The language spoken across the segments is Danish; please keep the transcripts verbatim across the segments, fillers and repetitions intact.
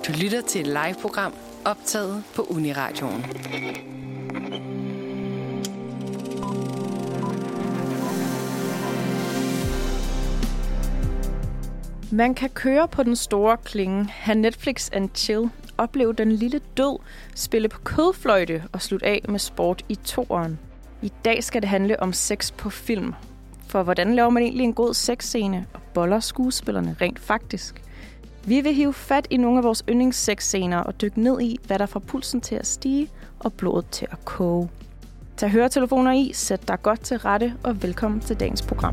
Du lytter til et live-program optaget på Uniradioen. Man kan køre på den store klinge, have Netflix and chill, opleve den lille død, spille på kødfløjte og slutte af med sport i toeren. I dag skal det handle om sex på film. For hvordan laver man egentlig en god sexscene, og boller skuespillerne rent faktisk? Vi vil hive fat i nogle af vores yndlingssexscener og dykke ned i, hvad der får pulsen til at stige og blodet til at koge. Tag høretelefoner i, sæt dig godt til rette og velkommen til dagens program.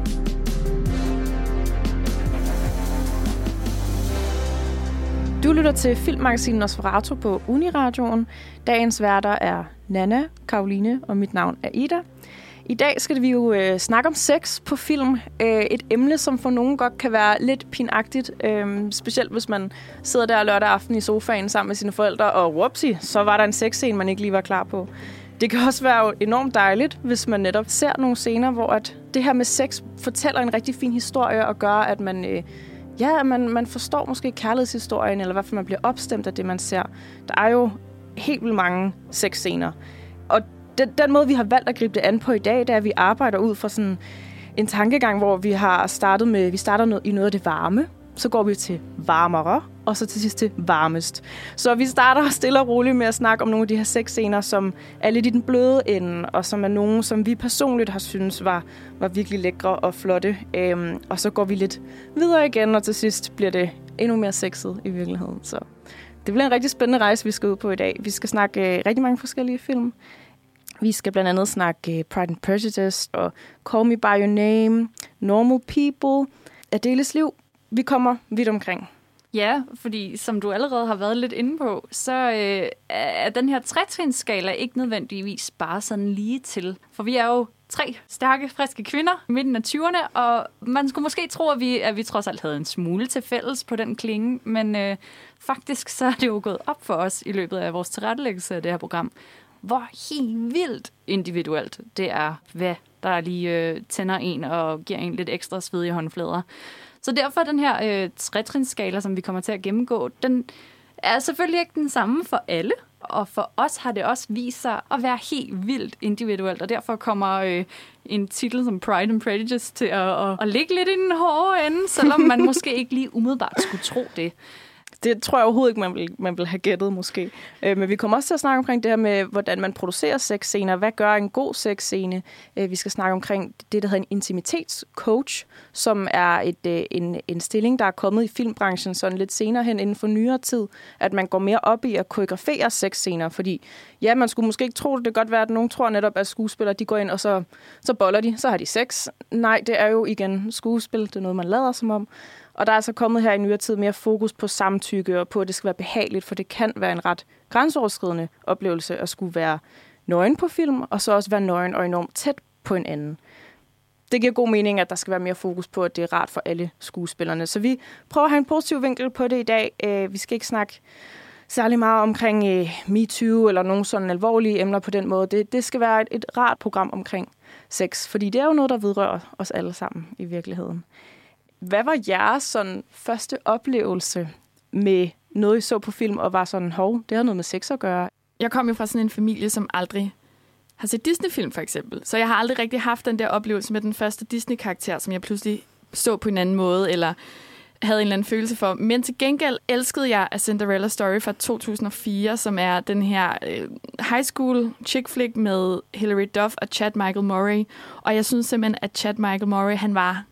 Du lytter til Filmmagasinet Nosferatu på Uniradioen. Dagens værter er Nanna, Karoline og mit navn er Ida. I dag skal vi jo øh, snakke om sex på film. Øh, et emne, som for nogen godt kan være lidt pinagtigt. Øh, specielt hvis man sidder der lørdag aften i sofaen sammen med sine forældre, og whoopsie, så var der en sexscene, man ikke lige var klar på. Det kan også være enormt dejligt, hvis man netop ser nogle scener, hvor at det her med sex fortæller en rigtig fin historie og gør, at man... Øh, Ja, man, man forstår måske kærlighedshistorien, eller i hvert fald man bliver opstemt af det, man ser. Der er jo helt vildt mange sexscener. Og den, den måde, vi har valgt at gribe det an på i dag, det er, at vi arbejder ud fra sådan en tankegang, hvor vi har startet med, vi starter noget, i noget af det varme, så går vi til varmere, og så til sidst til varmest. Så vi starter stille og roligt med at snakke om nogle af de her sexscener, som er lidt i den bløde ende, og som er nogle, som vi personligt har synes var, var virkelig lækre og flotte. Øhm, og så går vi lidt videre igen, og til sidst bliver det endnu mere sexet i virkeligheden. Så det bliver en rigtig spændende rejse, vi skal ud på i dag. Vi skal snakke øh, rigtig mange forskellige film. Vi skal blandt andet snakke øh, Pride and Prejudice og Call Me By Your Name, Normal People, Adéles liv. Vi kommer vidt omkring. Ja, fordi som du allerede har været lidt inde på, så øh, er den her tretrinsskala ikke nødvendigvis bare sådan lige til. For vi er jo tre stærke, friske kvinder midten af tyverne, og man skulle måske tro, at vi, at vi trods alt havde en smule til fælles på den klinge, men øh, faktisk så er det jo gået op for os i løbet af vores tilrettelæggelse af det her program, hvor helt vildt individuelt det er, hvad der lige øh, tænder en og giver en lidt ekstra svedige håndflader. Så derfor den her øh, tretrinsskala, som vi kommer til at gennemgå, den er selvfølgelig ikke den samme for alle. Og for os har det også vist sig at være helt vildt individuelt. Og derfor kommer øh, en titel som Pride and Prejudice til at, at, at ligge lidt i den hårde ende, selvom man måske ikke lige umiddelbart skulle tro det. Det tror jeg overhovedet ikke, man vil, man vil have gættet måske. Øh, men vi kommer også til at snakke omkring det her med, hvordan man producerer sexscener. Hvad gør en god sexscene? Øh, vi skal snakke omkring det, der hedder en intimitetscoach, som er et, øh, en, en stilling, der er kommet i filmbranchen sådan lidt senere hen inden for nyere tid, at man går mere op i at koreografere sexscener. Fordi ja, man skulle måske ikke tro det. Det kan godt være, at nogen tror netop, at skuespillere de går ind, og så, så boller de, så har de sex. Nej, det er jo igen skuespil. Det er noget, man lader som om. Og der er så kommet her i nyere tid mere fokus på samtykke og på, at det skal være behageligt, for det kan være en ret grænseoverskridende oplevelse at skulle være nøgen på film, og så også være nøgen og enormt tæt på en anden. Det giver god mening, at der skal være mere fokus på, at det er rart for alle skuespillerne. Så vi prøver at have en positiv vinkel på det i dag. Vi skal ikke snakke særlig meget omkring MeToo eller nogle sådan alvorlige emner på den måde. Det, det skal være et, et rart program omkring sex, fordi det er jo noget, der vedrører os alle sammen i virkeligheden. Hvad var jeres sådan første oplevelse med noget, I så på film, og var sådan, hov, det har noget med sex at gøre? Jeg kom jo fra sådan en familie, som aldrig har set Disney-film, for eksempel. Så jeg har aldrig rigtig haft den der oplevelse med den første Disney-karakter, som jeg pludselig så på en anden måde, eller havde en eller anden følelse for. Men til gengæld elskede jeg A Cinderella Story fra to tusind og fire, som er den her øh, high school chick flick med Hilary Duff og Chad Michael Murray. Og jeg synes simpelthen, at Chad Michael Murray, han var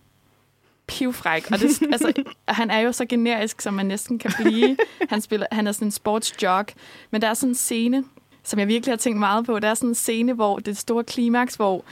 pivfræk, og det, altså, han er jo så generisk, som man næsten kan blive. Han, spiller, han er sådan en sportsjock, men der er sådan en scene, som jeg virkelig har tænkt meget på. Der er sådan en scene, hvor det store klimaks, hvor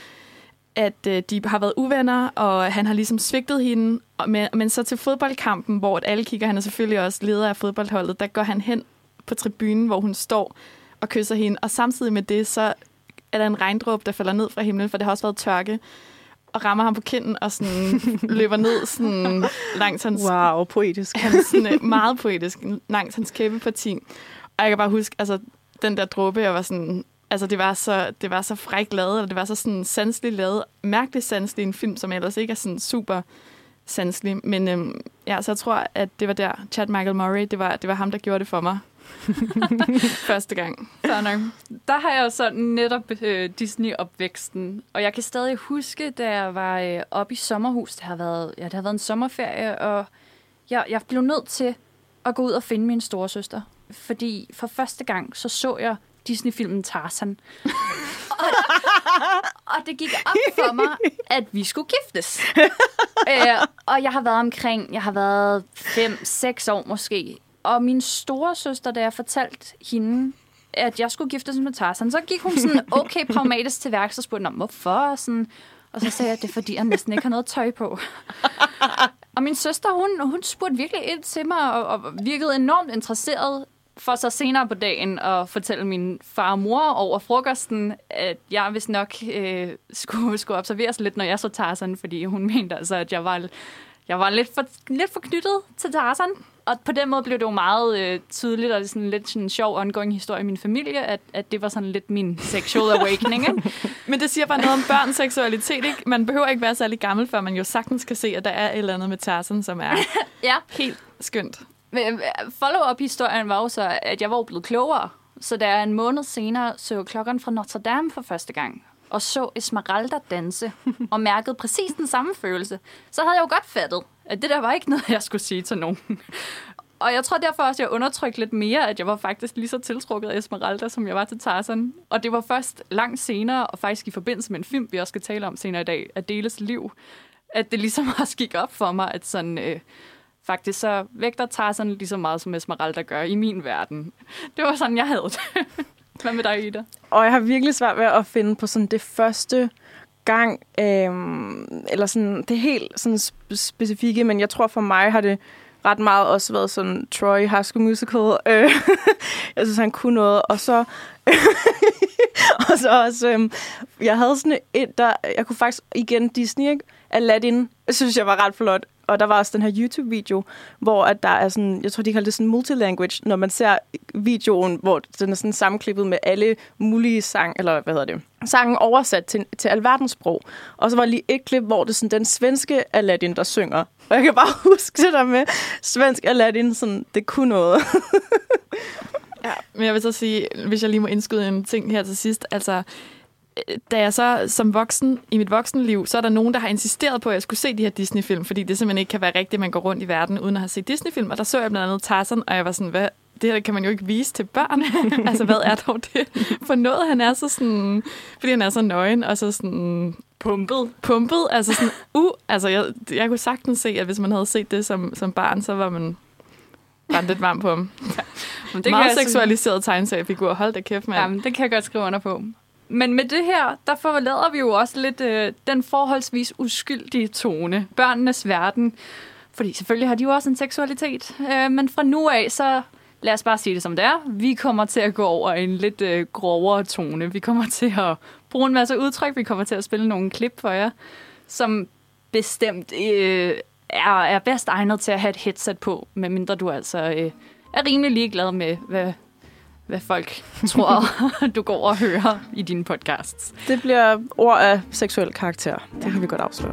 at, øh, de har været uvenner, og han har ligesom svigtet hende, og med, men så til fodboldkampen, hvor at alle kigger, han er selvfølgelig også leder af fodboldholdet, der går han hen på tribunen, hvor hun står og kysser hende, og samtidig med det, så er der en regndråbe, der falder ned fra himlen, for det har også været tørke, og rammer ham på kinden og sådan løber ned sådan langs hans... Wow, poetisk. Han sådan, meget poetisk, langs hans kæbeparti. Og jeg kan bare huske, altså den der dråbe, jeg var sådan... Altså det var så, det var så frækt lavet, og det var så sådan sanseligt lavet, mærkeligt sanseligt en film, som ellers ikke er sådan super sanselig. Men øhm, ja, så jeg tror, at det var der, Chad Michael Murray, det var, det var ham, der gjorde det for mig. Første gang. Så nok. Der har jeg jo så netop øh, Disney-opvæksten, og jeg kan stadig huske, da jeg var øh, oppe i sommerhus, det har været, ja, det har været en sommerferie, og jeg, jeg blev nødt til at gå ud og finde min storesøster, fordi for første gang så så jeg Disney-filmen Tarzan. og, og det gik op for mig, at vi skulle giftes. øh, og jeg har været omkring, jeg har været fem, seks år måske. Og min storesøster, da jeg fortalte hende, at jeg skulle giftes med Tarzan, så gik hun sådan okay pragmatisk til værks og spurgte om, hvorfor? Sådan. Og så sagde jeg, at det er fordi, jeg næsten ikke har noget tøj på. Og min søster, hun, hun spurgte virkelig ind til mig og, og virkede enormt interesseret for så senere på dagen at fortælle min far og mor over frokosten, at jeg vist nok øh, skulle, skulle observeres lidt, når jeg så Tarzan, fordi hun mente altså, at jeg var, jeg var lidt, for, lidt for knyttet til Tarzan. Og på den måde blev det jo meget øh, tydeligt, og det er sådan lidt sådan en sjov ongoing historie i min familie, at, at det var sådan lidt min sexual awakening. Ikke? Men det siger bare noget om børns seksualitet, ikke? Man behøver ikke være særlig gammel, før man jo sagtens kan se, at der er et eller andet med Tarzan, som er ja. helt skønt. Follow-up-historien var jo så, at jeg var blevet klogere. Så da jeg en måned senere så Klokkeren fra Notre Dame for første gang, og så Esmeralda danse, og mærkede præcis den samme følelse, så havde jeg jo godt fattet, at det der var ikke noget, jeg skulle sige til nogen. Og jeg tror derfor også, at jeg undertrykte lidt mere, at jeg var faktisk lige så tiltrukket af Esmeralda, som jeg var til Tarzan. Og det var først langt senere, og faktisk i forbindelse med en film, vi også skal tale om senere i dag, Adeles liv, at det ligesom også gik op for mig, at sådan... Øh, faktisk så vægter Tarzan lige så meget, som Esmeralda gør i min verden. Det var sådan, jeg havde det. Hvad med dig, Ida? Og jeg har virkelig svært ved at finde på sådan det første gang, øhm, eller sådan det helt sådan specifikke, men jeg tror for mig har det ret meget også været sådan Troy High School Musical. Øh, jeg synes, han kunne noget. Og så, og så også, øhm, jeg havde sådan et, der, jeg kunne faktisk igen Disney, ikke? Aladdin, synes jeg var ret flot. Og der var også den her YouTube-video, hvor at der er sådan, jeg tror, de kalder det sådan multilanguage, når man ser videoen, hvor den er sådan sammenklippet med alle mulige sang, eller hvad hedder det, sangen oversat til, til alverdens sprog. Og så var lige et klip, hvor det er sådan den svenske Aladdin, der synger. Og jeg kan bare huske det der med svensk Aladdin, sådan, det kunne noget. Ja, men jeg vil så sige, hvis jeg lige må indskyde en ting her til sidst, altså... Da jeg så som voksen, i mit voksenliv, så er der nogen, der har insisteret på, at jeg skulle se de her Disney-film, fordi det simpelthen ikke kan være rigtigt, at man går rundt i verden uden at have set Disney-film. Og der så jeg blandt andet Tarzan, og jeg var sådan, hvad? Det her kan man jo ikke vise til børn. Altså, hvad er dog det? For noget, han er så sådan, fordi han er så nøgen, og så sådan... Pumpet. Pumpet, altså sådan, uh, altså jeg, jeg kunne sagtens se, at hvis man havde set det som, som barn, så var man bare lidt varm på ham. Ja. Men det meget seksualiseret tegneseriefigur, hold da kæft, mand. Jamen, det kan jeg godt skrive under på. Men med det her, der forlader vi jo også lidt øh, den forholdsvis uskyldige tone. Børnenes verden. Fordi selvfølgelig har de jo også en seksualitet. Øh, men fra nu af, så lad os bare sige det som det er. Vi kommer til at gå over en lidt øh, grovere tone. Vi kommer til at bruge en masse udtryk. Vi kommer til at spille nogle klip for jer, som bestemt øh, er, er bedst egnet til at have et headset på, medmindre du altså øh, er rimelig ligeglad med, hvad... hvad folk tror, du går og hører i dine podcasts. Det bliver ord af seksuel karakter. Det ja. Kan vi godt afsløre.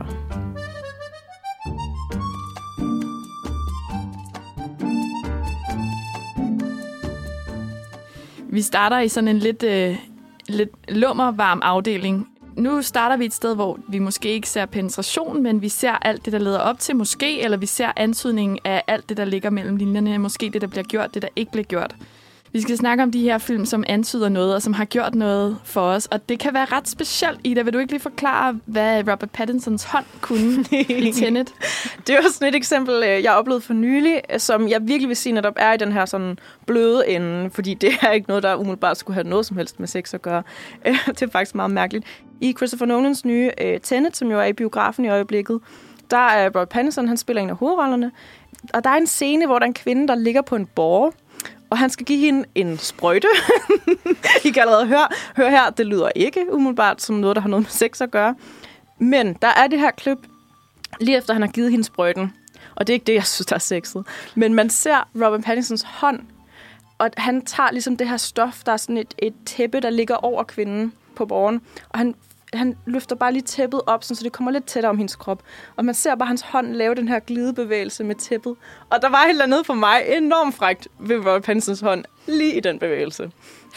Vi starter i sådan en lidt, øh, lidt lummervarm afdeling. Nu starter vi et sted, hvor vi måske ikke ser penetration, men vi ser alt det, der leder op til måske, eller vi ser antydningen af alt det, der ligger mellem linjerne. Måske det, der bliver gjort, det, der ikke bliver gjort. Vi skal snakke om de her film, som antyder noget, og som har gjort noget for os. Og det kan være ret specielt, Ida. Vil du ikke lige forklare, hvad Robert Pattinsons hånd kunne i Tenet? Det er jo sådan et eksempel, jeg oplevede for nylig, som jeg virkelig vil sige netop er i den her sådan bløde ende, fordi det er ikke noget, der umiddelbart skulle have noget som helst med sex at gøre. Det er faktisk meget mærkeligt. I Christopher Nolans nye Tenet, som jo er i biografen i øjeblikket, der er Robert Pattinson, han spiller en af hovedrollerne. Og der er en scene, hvor der er en kvinde, der ligger på en båre, og han skal give hende en sprøjte. I kan allerede høre, høre her, det lyder ikke umiddelbart som noget, der har noget med sex at gøre. Men der er det her klip, lige efter han har givet hende sprøjten. Og det er ikke det, jeg synes, der er sexet. Men man ser Robert Pattinsons hånd, og han tager ligesom det her stof, der er sådan et, et tæppe, der ligger over kvinden på båren. Og han han løfter bare lige tæppet op, så det kommer lidt tættere om hendes krop. Og man ser bare hans hånd lave den her glidebevægelse med tæppet. Og der var et eller andet for mig enormt frækt ved Robert Pattinsons hånd, lige i den bevægelse.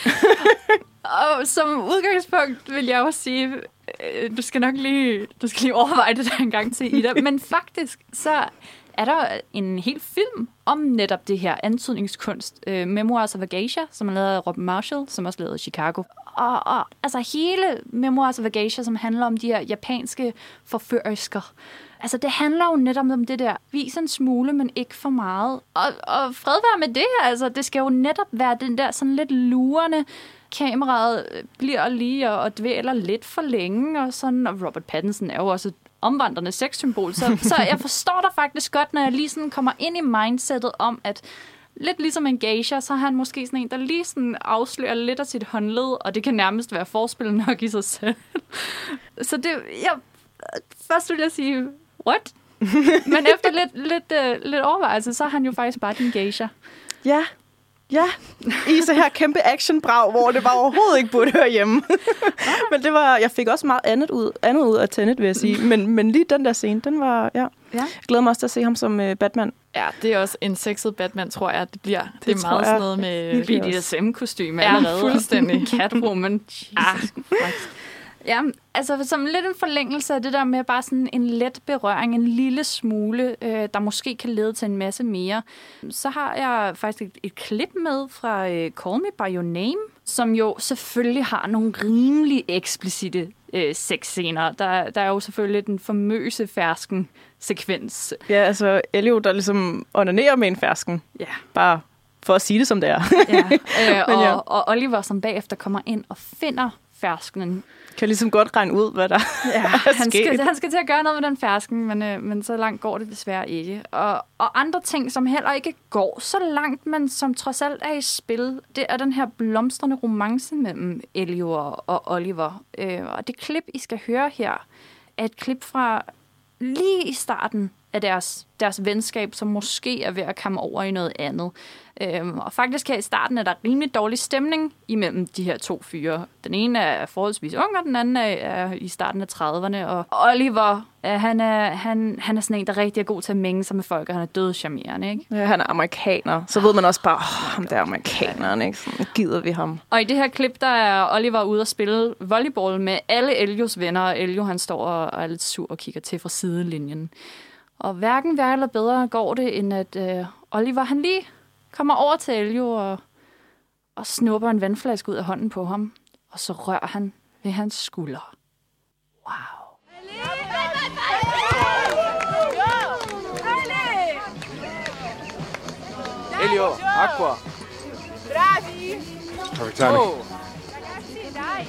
Og som udgangspunkt vil jeg også sige, øh, du skal nok lige, du skal lige overveje det der en gang til, Ida. Men faktisk, så er der en hel film om netop det her antydningskunst. Øh, Memoirs of a Geisha, som er lavet af Robin Marshall, som også lavede Chicago. Og, og altså hele Memoirs of a Geisha, som handler om de her japanske forførisker. Altså det handler jo netop om det der, vis en smule, men ikke for meget. Og, og fred være med det her, altså det skal jo netop være den der sådan lidt lurende, kameraet bliver lige og, og dvæler lidt for længe, og sådan, og Robert Pattinson er jo også et omvandrende sexsymbol, så, så jeg forstår dig faktisk godt, når jeg lige sådan kommer ind i mindsetet om, at lidt ligesom en geisha, så har han måske sådan en, der lige sådan afslører lidt af sit håndled, og det kan nærmest være forspil nok i sig selv. Så det, jeg, først vil jeg sige, what? Men efter lidt, lidt, uh, lidt overvejelse, så er han jo faktisk bare din geisha. Ja, ja. I så her kæmpe actionbrag, hvor det bare overhovedet ikke burde høre hjemme. Men det var, jeg fik også meget andet ud, andet ud af Tenet, vil jeg sige. Men, men lige den der scene, den var, ja. ja. Jeg glæder mig også til at se ham som uh, Batman. Ja, det er også en sexet Batman, tror jeg, det bliver. Det, det er meget sådan noget med B D S M-kostyme ja, allerede. Fuldstændig. Catwoman. Jesus Christ. Ja, altså som lidt en forlængelse af det der med bare sådan en let berøring, en lille smule, øh, der måske kan lede til en masse mere. Så har jeg faktisk et, et klip med fra øh, Call Me By Your Name, som jo selvfølgelig har nogle rimelig eksplicite øh, sexscener. Der, der er jo selvfølgelig den famøse fersken-sekvens. Ja, altså Elio, der ligesom onanerer med en fersken. Ja. Bare for at sige det, som det er. ja. Øh, og, ja. og Oliver, som bagefter kommer ind og finder ferskenen. Kan ligesom godt regne ud, hvad der ja, er han sket. skal, han skal til at gøre noget med den fersken, men, øh, men så langt går det desværre ikke. Og, og andre ting, som heller ikke går så langt, men som trods alt er i spil, det er den her blomstrende romance mellem Elio og, og Oliver. Øh, og det klip, I skal høre her, er et klip fra lige i starten af deres, deres venskab, som måske er ved at komme over i noget andet. Øhm, og faktisk her i starten er der rimelig dårlig stemning imellem de her to fyre. Den ene er forholdsvis ung, og den anden er, er i starten af trediverne. Og Oliver, øh, han, er, han, han er sådan en, der rigtig er god til at mænge sig med folk, og han er dødcharmerende, ikke? Ja, han er amerikaner. Så ved man også bare, åh, ham der amerikaneren, ikke? Sådan gider vi ham. Og i det her klip, der er Oliver ude at spille volleyball med alle Elios venner, og Elio, han står og er lidt sur og kigger til fra sidelinjen. Og hverken værre eller bedre går det, end at øh, Oliver, han lige kommer over til Elio og, og snupper en vandflaske ud af hånden på ham. Og så rører han ved hans skulder. Wow. Elio, acqua. Bravi. Perfect timing. Oh. Ragazzi, dai.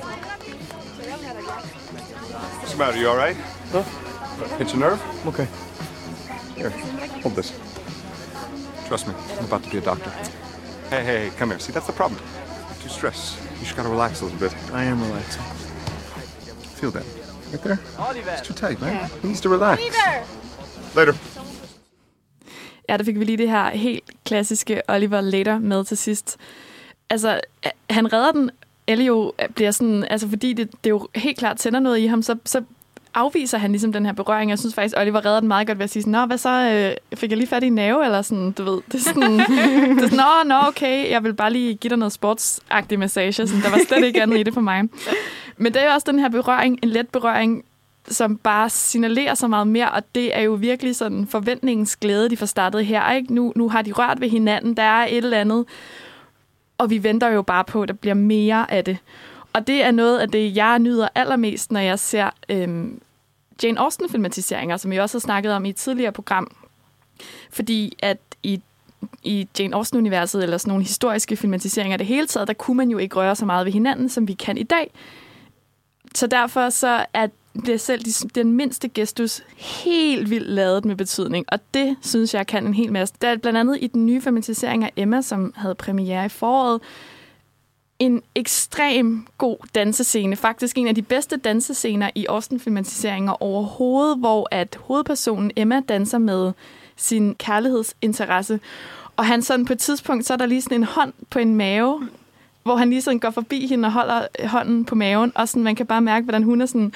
What's the matter? You all right? Huh? Pinch a nerve? Okay. Here, hold this. Trust me, I'm about to be a doctor. Hey, hey, hey, come here. See, that's the problem. You're too stressed. You just gotta relax a little bit. I am relaxing. Feel that. Right there? Oliver. It's too tight, man. Yeah. He needs to relax. Oliver. Later. Ja, der fik vi lige det her helt klassiske Oliver Later med til sidst. Altså, han redder den. Elio bliver sådan, altså fordi det, det jo helt klart tænder noget i ham, så, så afviser han ligesom den her berøring. Jeg synes faktisk, Oliver redder den meget godt ved at sige sådan, nå, hvad så, øh, fik jeg lige fat i en nerve, eller sådan, du ved. Det er sådan, det er sådan nå, nå, okay, jeg vil bare lige give dig noget sportsagtig massage. Sådan, der var slet ikke andet i det for mig. Men det er jo også den her berøring, en let berøring, som bare signalerer så meget mere, og det er jo virkelig sådan forventningens glæde, de får startet her. Ikke? Nu, nu har de rørt ved hinanden, der er et eller andet, og vi venter jo bare på, at der bliver mere af det. Og det er noget af det, jeg nyder allermest, når jeg ser øhm, Jane Austen-filmatiseringer, som vi også har snakket om i et tidligere program. Fordi at i, i Jane Austen-universet, eller sådan nogle historiske filmatiseringer det hele taget, der kunne man jo ikke røre så meget ved hinanden, som vi kan i dag. Så derfor så er det selv den mindste gestus helt vildt ladet med betydning, og det synes jeg kan en hel masse. Der er blandt andet i den nye filmatisering af Emma, som havde premiere i foråret, en ekstrem god dansescene. Faktisk en af de bedste dansescener i Austen-filmatiseringer overhovedet, hvor at hovedpersonen Emma danser med sin kærlighedsinteresse. Og han sådan på et tidspunkt, så er der lige sådan en hånd på en mave, hvor han lige sådan går forbi hende og holder hånden på maven, og sådan, man kan bare mærke, hvordan hun er sådan...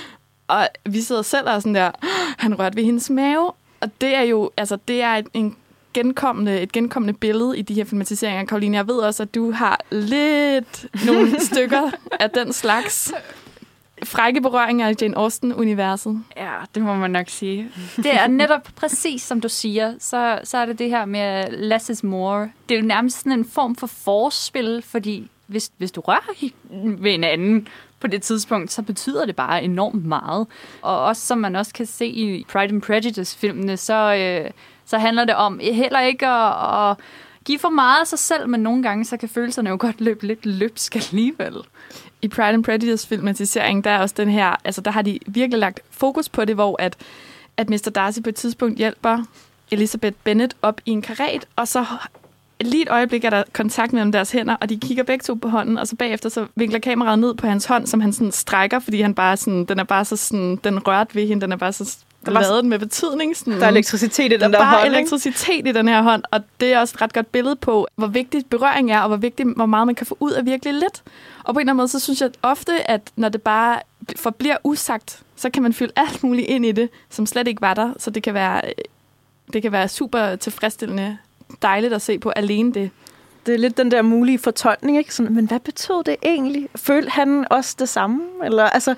Og vi sidder selv og sådan der, han rørte ved hendes mave. Og det er jo, altså, det er et, en genkommende, et genkommende billede i de her filmatiseringer. Karoline, jeg ved også, at du har lidt nogle stykker af den slags frække berøringer i Jane Austen-universet. Ja, det må man nok sige. Det er netop præcis, som du siger, så, så er det det her med less is more. Det er jo nærmest sådan en form for forspil, fordi hvis, hvis du rører ved en anden på det tidspunkt, så betyder det bare enormt meget. Og også, som man også kan se i Pride and Prejudice-filmene, så, øh, så handler det om heller ikke at, at give for meget af sig selv, men nogle gange så kan følelserne jo godt løbe lidt løbsk alligevel. I Pride and Prejudice-filmatiseringen, der er også den her, altså der har de virkelig lagt fokus på det, hvor at, at mister Darcy på et tidspunkt hjælper Elizabeth Bennet op i en karet, og så lige et øjeblik er der kontakt mellem deres hænder, og de kigger begge to på hånden, og så bagefter så vinkler kameraet ned på hans hånd, som han sådan strækker, fordi han bare sådan, den er bare så sådan, den rørt ved hende, den er bare så lavet med betydning. Sådan. Der er elektricitet i den der, der hånd, Der er bare ikke? elektricitet i den her hånd, og det er også et ret godt billede på, hvor vigtigt berøring er, og hvor vigtigt, hvor meget man kan få ud af virkelig lidt. Og på en eller anden måde, så synes jeg ofte, at når det bare forbliver usagt, så kan man fylde alt muligt ind i det, som slet ikke var der, så det kan være, det kan være super tilfredsstillende, dejligt at se på alene det. Det er lidt den der mulige fortolkning, ikke? Sådan, men hvad betød det egentlig? Følte han også det samme? Eller altså,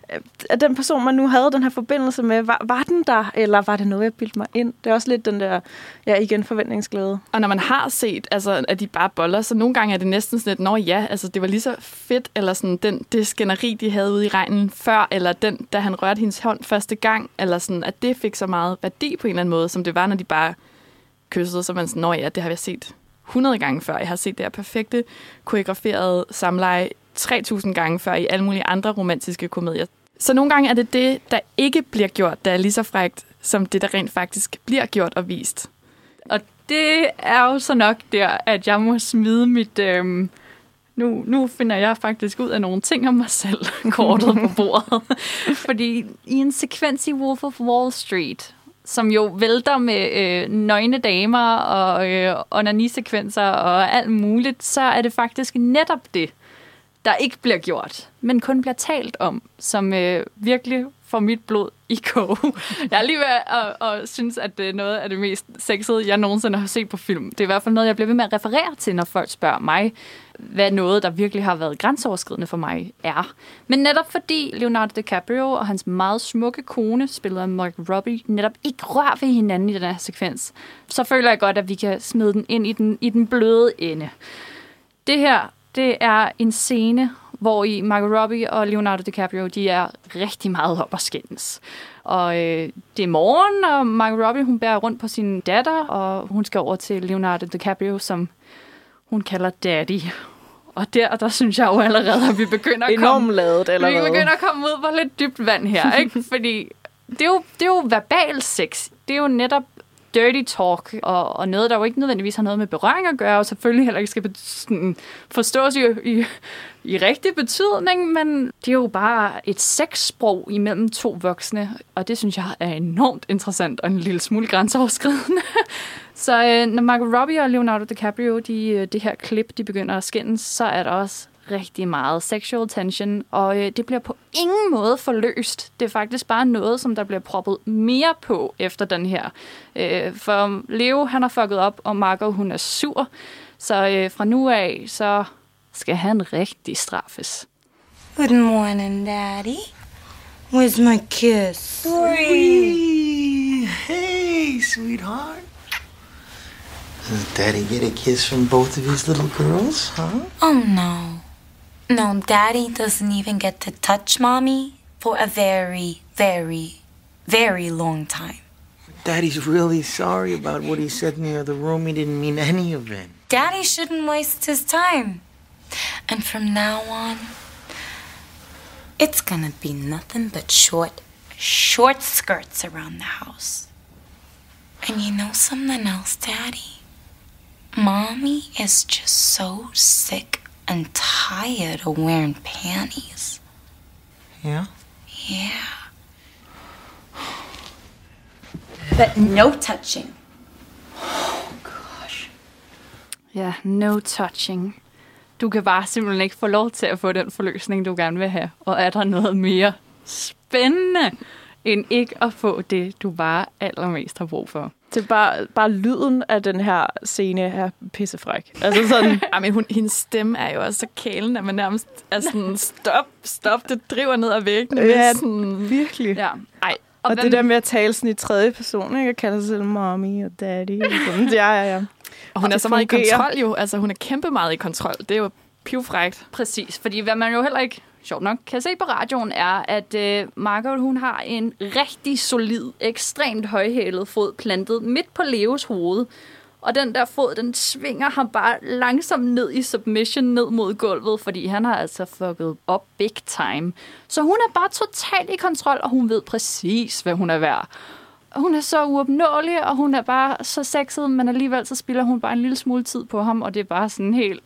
at den person, man nu havde den her forbindelse med, var, var den der? Eller var det noget, jeg bildte mig ind? Det er også lidt den der, ja, igen, forventningsglæde. Og når man har set, altså, at de bare boller, så nogle gange er det næsten sådan lidt, nå ja, altså, det var lige så fedt, eller sådan, den, det skænderi, de havde ude i regnen før, eller den, da han rørte hendes hånd første gang, eller sådan, at det fik så meget værdi på en eller anden måde, som det var, når de bare kyssede, så man sådan, nå ja, det har jeg set hundrede gange før. Jeg har set det her perfekte, koreograferede samleje tre tusind gange før i alle mulige andre romantiske komedier. Så nogle gange er det det, der ikke bliver gjort, der er lige så frækt, som det, der rent faktisk bliver gjort og vist. Og det er jo så nok der, at jeg må smide mit... Øhm, nu, nu finder jeg faktisk ud af nogle ting om mig selv, kortet på bordet. Fordi i en sekvens i Wolf of Wall Street, som jo vælter med øh, nøgne damer og øh, onani-sekvenser og alt muligt, så er det faktisk netop det, der ikke bliver gjort, men kun bliver talt om, som øh, virkelig får mit blod i kog. Jeg er lige ved at, at, at synes, at det er noget af det mest sexede, jeg nogensinde har set på film. Det er i hvert fald noget, jeg bliver ved med at referere til, når folk spørger mig, hvad noget, der virkelig har været grænseoverskridende for mig, er. Men netop fordi Leonardo DiCaprio og hans meget smukke kone, spillet af Margot Robbie, netop ikke rører ved hinanden i den her sekvens, så føler jeg godt, at vi kan smide den ind i den, i den bløde ende. Det her, det er en scene, hvor i Margot Robbie og Leonardo DiCaprio, de er rigtig meget op at skændes. Og øh, det er morgen, og Margot Robbie, hun bærer rundt på sin datter, og hun skal over til Leonardo DiCaprio, som hun kalder daddy. Og der, der synes jeg jo allerede, at vi begynder at komme... ladet, eller vi hvad? begynder at komme ud på lidt dybt vand her, ikke? Fordi det er, jo, det er jo verbal sex. Det er jo netop dirty talk, og, og noget, der jo ikke nødvendigvis har noget med berøring at gøre, og selvfølgelig heller ikke skal sådan, forstås i, i, i rigtig betydning, men det er jo bare et sexsprog imellem to voksne, og det synes jeg er enormt interessant og en lille smule grænseoverskridende. Så øh, når Margot Robbie og Leonardo DiCaprio, de, det her klip, de begynder at skændes, så er der også rigtig meget sexual tension, og øh, det bliver på ingen måde forløst. Det er faktisk bare noget, som der bliver proppet mere på efter den her. Øh, for Leo, han har fucket op, og Margot, hun er sur. Så øh, fra nu af, så skal han rigtig straffes. Good morning, Daddy. Where's my kiss? Wee. Hey, sweetheart. Does Daddy get a kiss from both of his little girls, huh? Oh, no. No, Daddy doesn't even get to touch Mommy for a very, very, very long time. Daddy's really sorry about what he said in the other room. He didn't mean any of it. Daddy shouldn't waste his time. And from now on, it's gonna be nothing but short, short skirts around the house. And you know something else, Daddy? Mommy is just so sick and tired of wearing panties. Yeah? Yeah. But no touching. Ja, no touching. Du kan bare simpelthen ikke få lov til at få den forløsning, du gerne vil have. Og er der noget mere spændende, end ikke at få det, du bare allermest har brug for? Det er bare, bare lyden af den her scene er pissefræk. Altså sådan... I men hun, hendes stemme er jo også så kælen, at man nærmest er sådan, stop, stop, det driver ned ad væggen. Ja, sådan... virkelig. Ja. Ej. Og, og det der med at tale sådan i tredje person, ikke? Jeg kalder sig selv mommy og daddy. Og sådan. Ja, ja, ja. Og hun og er så meget i kontrol jo. Altså, hun er kæmpe meget i kontrol. Det er jo pivfrækt. Præcis, fordi hvad man jo heller ikke, sjovt nok, kan se på radioen, er, at øh, Margot, hun har en rigtig solid, ekstremt højhælet fod plantet midt på Leos hoved. Og den der fod, den svinger ham bare langsomt ned i submission, ned mod gulvet, fordi han har altså fucket op big time. Så hun er bare totalt i kontrol, og hun ved præcis, hvad hun er værd. Hun er så uopnåelig, og hun er bare så sexet, men alligevel så spiller hun bare en lille smule tid på ham, og det er bare sådan helt...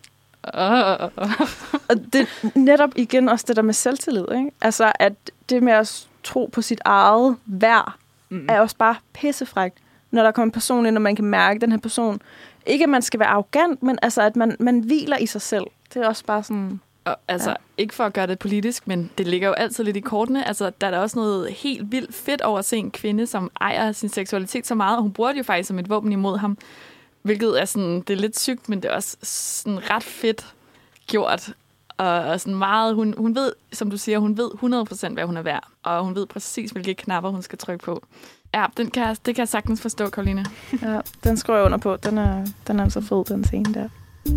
Og det er netop igen også det der med selvtillid, ikke? Altså, at det med at tro på sit eget værd, mm. er også bare pissefrækt, når der kommer en person ind, og man kan mærke, at den her person... Ikke, at man skal være arrogant, men altså, at man, man hviler i sig selv. Det er også bare sådan... Og, altså, ja. Ikke for at gøre det politisk, men det ligger jo altid lidt i kortene. Altså, der er der også noget helt vildt fedt over at se en kvinde, som ejer sin seksualitet så meget, og hun bruger det jo faktisk som et våben imod ham. Hvilket er sådan, det er lidt sygt, men det er også sådan ret fedt gjort. Og, og sådan meget, hun, hun ved, som du siger, hun ved hundrede procent, hvad hun er værd. Og hun ved præcis, hvilke knapper hun skal trykke på. Ja, den kan, det kan jeg sagtens forstå, Karoline. Ja, den skriver jeg under på. Den er, den er altså fed, den scene der.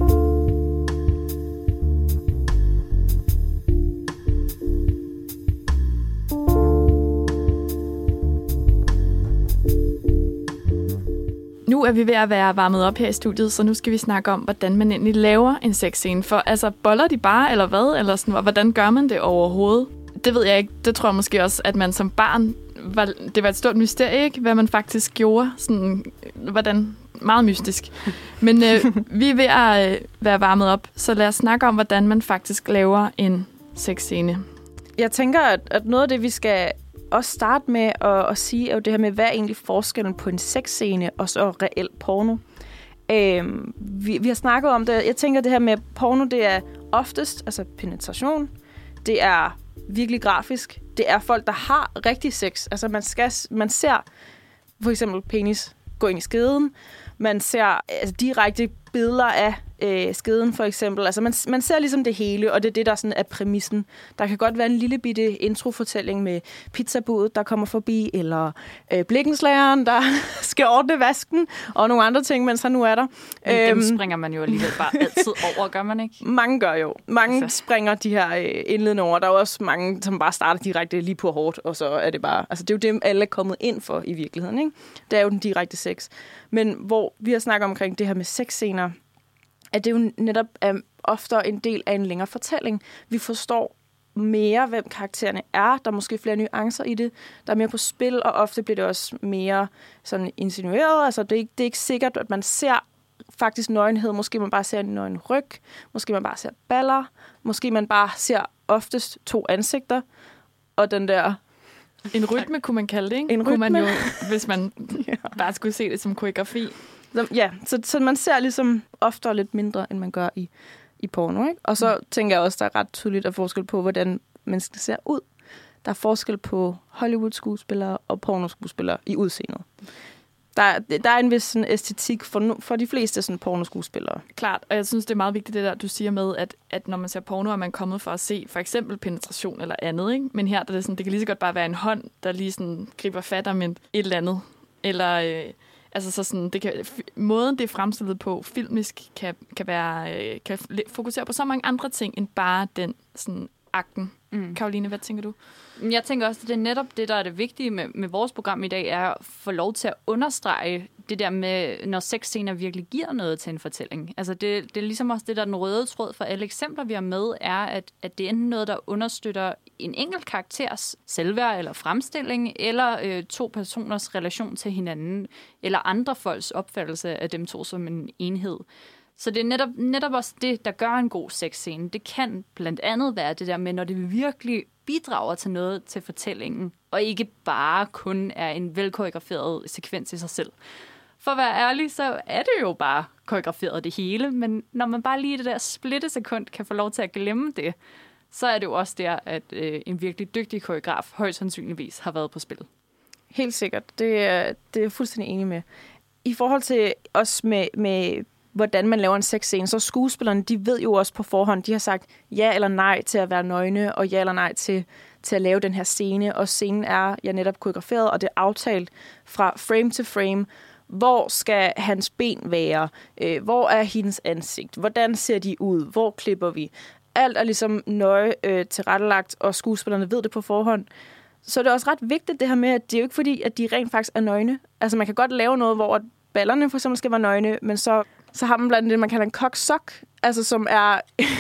Nu er vi ved at være varmet op her i studiet, så nu skal vi snakke om, hvordan man egentlig laver en sexscene. For altså, boller de bare, eller hvad? Eller sådan, og hvordan gør man det overhovedet? Det ved jeg ikke. Det tror jeg måske også, at man som barn, var, det var et stort mysterie, ikke? Hvad man faktisk gjorde. Sådan, hvordan? Meget mystisk. Men øh, vi er ved at øh, være varmet op, så lad os snakke om, hvordan man faktisk laver en sexscene. Jeg tænker, at, at noget af det, vi skal også starte med at, at sige, er jo det her med, hvad er egentlig forskellen på en sexscene og så reel porno. Øhm, vi, vi har snakket om det. Jeg tænker, det her med porno, det er oftest altså penetration. Det er virkelig grafisk. Det er folk, der har rigtig sex. Altså man, skal, man ser for eksempel penis gå ind i skeden. Man ser altså, direkte billeder af øh, skeden, for eksempel. Altså, man, man ser ligesom det hele, og det er det, der sådan er præmissen. Der kan godt være en lille bitte introfortælling med pizzabudet, der kommer forbi, eller øh, blikkenslageren, der skal ordne vasken, og nogle andre ting, mens han nu er der. Men dem øhm, springer man jo alligevel bare altid over, gør man ikke? Mange gør jo. Mange altså. springer de her øh, indledende over. Der er også mange, som bare starter direkte lige på hårdt, og så er det bare... Altså, det er jo det, alle er kommet ind for i virkeligheden, ikke? Det er jo den direkte sex. Men hvor vi har snakket omkring det her med sexscener, at det jo netop er ofte en del af en længere fortælling. Vi forstår mere, hvem karaktererne er. Der er måske flere nuancer i det. Der er mere på spil, og ofte bliver det også mere sådan insinueret. Altså, det er ikke, det er ikke sikkert, at man ser faktisk nøgenhed. Måske man bare ser en nøgen ryg. Måske man bare ser baller. Måske man bare ser oftest to ansigter. Og den der... En rytme kunne man kalde det, ikke? En kunne rytme. man jo, hvis man ja. bare skulle se det som koreografi. Så, ja, så, så man ser ligesom ofte lidt mindre, end man gør i, i porno, ikke? Og så mm. tænker jeg også, der er ret tydeligt at forskel på, hvordan mennesker ser ud. Der er forskel på Hollywood-skuespillere og pornoskuespillere i udseendet. Der, der er en vis sådan, æstetik for, for de fleste sådan, pornoskuespillere. Klart, og jeg synes, det er meget vigtigt, det der, du siger med, at, at når man ser porno, er man kommet for at se for eksempel penetration eller andet, ikke? Men her der er det, sådan, det kan lige så godt bare være en hånd, der lige sådan, griber fat om et eller andet. Eller... Øh, Altså så sådan, det kan, måden det er fremstillet på filmisk kan, kan, være, kan fokusere på så mange andre ting end bare den sådan, akten. Mm. Karoline, hvad tænker du? Jeg tænker også, at det er netop det, der er det vigtige med, med vores program i dag, er at få lov til at understrege det der med, når sexscener virkelig giver noget til en fortælling. Altså det, det er ligesom også det, der er den røde tråd for alle eksempler, vi har med, er, at, at det er enten noget, der understøtter en enkelt karakters selvværd eller fremstilling, eller øh, to personers relation til hinanden, eller andre folks opfattelse af dem to som en enhed. Så det er netop, netop også det, der gør en god sexscene. Det kan blandt andet være det der med, når det virkelig bidrager til noget til fortællingen, og ikke bare kun er en velkoreograferet sekvens i sig selv. For at være ærlig, så er det jo bare koreograferet det hele, men når man bare lige det der splitte sekund kan få lov til at glemme det, så er det jo også der, at øh, en virkelig dygtig koreograf højst sandsynligvis har været på spil. Helt sikkert. Det er, det er jeg fuldstændig enig med. I forhold til os med, med hvordan man laver en sexscene, så skuespillerne, de ved jo også på forhånd, de har sagt ja eller nej til at være nøgne, og ja eller nej til, til at lave den her scene, og scenen er ja, netop koreograferet, og det er aftalt fra frame til frame, hvor skal hans ben være, øh, hvor er hendes ansigt, hvordan ser de ud, hvor klipper vi. Alt er ligesom nøje øh, tilrettelagt, og skuespillerne ved det på forhånd. Så er det også ret vigtigt det her med, at det er jo ikke fordi, at de rent faktisk er nøgne. Altså man kan godt lave noget, hvor ballerne for eksempel skal være nøgne, men så, så har man blandt det, man kalder en cock-sock, altså som er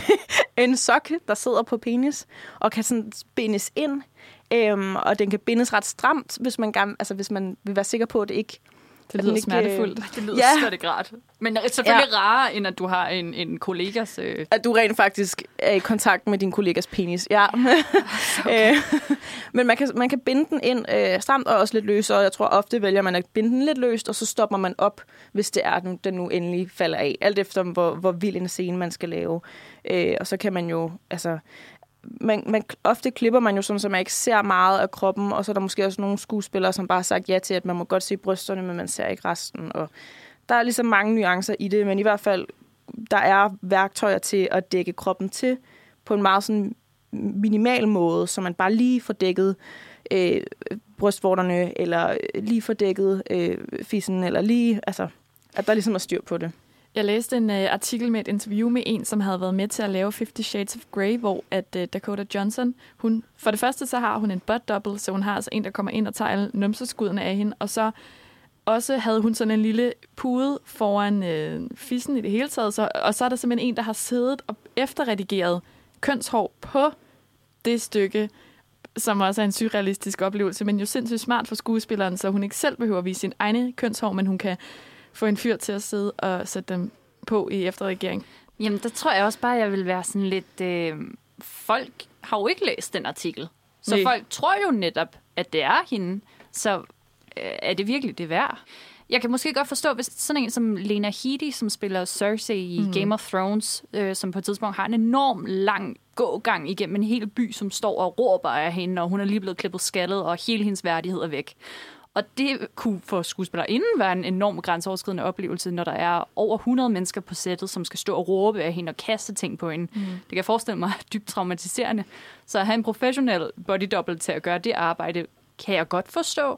en sok, der sidder på penis, og kan sådan bindes ind, øhm, og den kan bindes ret stramt, hvis man, gerne, altså, hvis man vil være sikker på, at det ikke... Det lyder ikke, smertefuldt. Det lyder ja. slet ikke rart. Men selvfølgelig ja. rarere, end at du har en, en kollegas... Øh... At du rent faktisk er i kontakt med din kollegas penis. Ja. Okay. Men man kan, man kan binde den ind øh, stramt og også lidt løs, og jeg tror ofte vælger man at binde den lidt løst, og så stopper man op, hvis det er, at den nu endelig falder af. Alt efter, hvor, hvor vild en scene man skal lave. Øh, og så kan man jo... altså Man, man, ofte klipper man jo sådan, så man ikke ser meget af kroppen, og så er der måske også nogle skuespillere, som bare har sagt ja til, at man må godt se brysterne, men man ser ikke resten. Og der er ligesom mange nuancer i det, men i hvert fald, der er værktøjer til at dække kroppen til på en meget sådan minimal måde, så man bare lige får dækket øh, brystvorterne, eller lige får dækket øh, fissen, eller lige, altså, at der ligesom er styr på det. Jeg læste en uh, artikel med et interview med en, som havde været med til at lave Fifty Shades of Grey, hvor at uh, Dakota Johnson, hun, for det første så har hun en butt double, så hun har altså en, der kommer ind og tager alle numseskuddene af hende, og så også havde hun sådan en lille pude foran uh, fissen i det hele taget, så, og så er der simpelthen en, der har siddet og efterredigeret kønshår på det stykke, som også er en surrealistisk oplevelse, men jo sindssygt smart for skuespilleren, så hun ikke selv behøver at vise sin egne kønshår, men hun kan få en fyr til at sidde og sætte dem på i efterregering. Jamen, der tror jeg også bare, jeg vil være sådan lidt... Øh, folk har jo ikke læst den artikel. Så Nej. Folk tror jo netop, at det er hende. Så øh, er det virkelig det værd? Jeg kan måske godt forstå, hvis sådan en som Lena Headey, som spiller Cersei i mm. Game of Thrones, øh, som på et tidspunkt har en enorm lang gågang igennem en hel by, som står og råber af hende, og hun er lige blevet klippet skaldet, og hele hendes værdighed er væk. Og det kunne for skuespillerinden være en enorm grænseoverskridende oplevelse, når der er over hundrede mennesker på sættet, som skal stå og råbe af hende og kaste ting på hende. Mm. Det kan jeg forestille mig er dybt traumatiserende. Så at have en professionel body double til at gøre det arbejde, kan jeg godt forstå.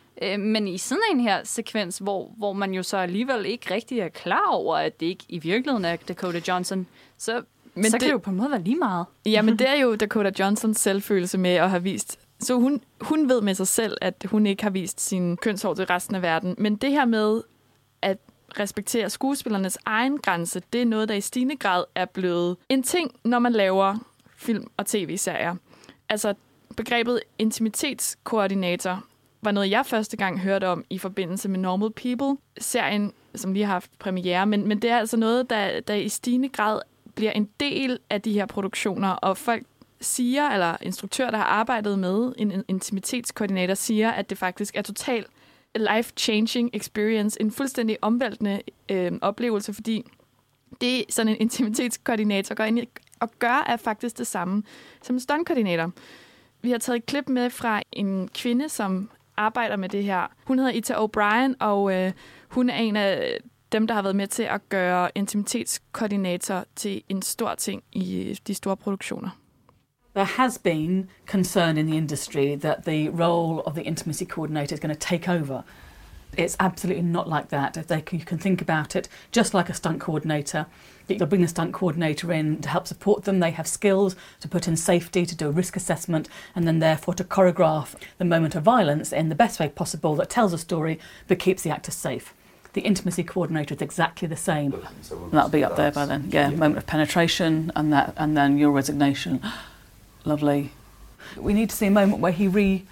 Men i sådan en her sekvens, hvor, hvor man jo så alligevel ikke rigtig er klar over, at det ikke i virkeligheden er Dakota Johnson, så, men så det, kan det jo på en måde være lige meget. Ja, men det er jo Dakota Johnsons selvfølelse med at have vist... Så hun, hun ved med sig selv, at hun ikke har vist sin kønshår til resten af verden. Men det her med at respektere skuespillernes egen grænse, det er noget, der i stigende grad er blevet en ting, når man laver film- og tv-serier. Altså begrebet intimitetskoordinator var noget, jeg første gang hørte om i forbindelse med Normal People-serien, som lige har haft premiere. Men, men det er altså noget, der, der i stigende grad bliver en del af de her produktioner, og folk siger, eller instruktør, der har arbejdet med en intimitetskoordinator, siger, at det faktisk er total life-changing experience, en fuldstændig omvæltende øh, oplevelse, fordi det sådan en intimitetskoordinator går ind i og gør er faktisk det samme som en stuntkoordinator. Vi har taget et klip med fra en kvinde, som arbejder med det her. Hun hedder Ita O'Brien, og øh, hun er en af dem, der har været med til at gøre intimitetskoordinator til en stor ting i de store produktioner. There has been concern in the industry that the role of the intimacy coordinator is going to take over. It's absolutely not like that. If they can, you can think about it just like a stunt coordinator. You'll bring a stunt coordinator in to help support them. They have skills to put in safety, to do a risk assessment, and then therefore to choreograph the moment of violence in the best way possible that tells a story but keeps the actor safe. The intimacy coordinator is exactly the same. And that'll be up there by then. Yeah, moment of penetration and that, and then your resignation. Lovely. We need to see a moment where he re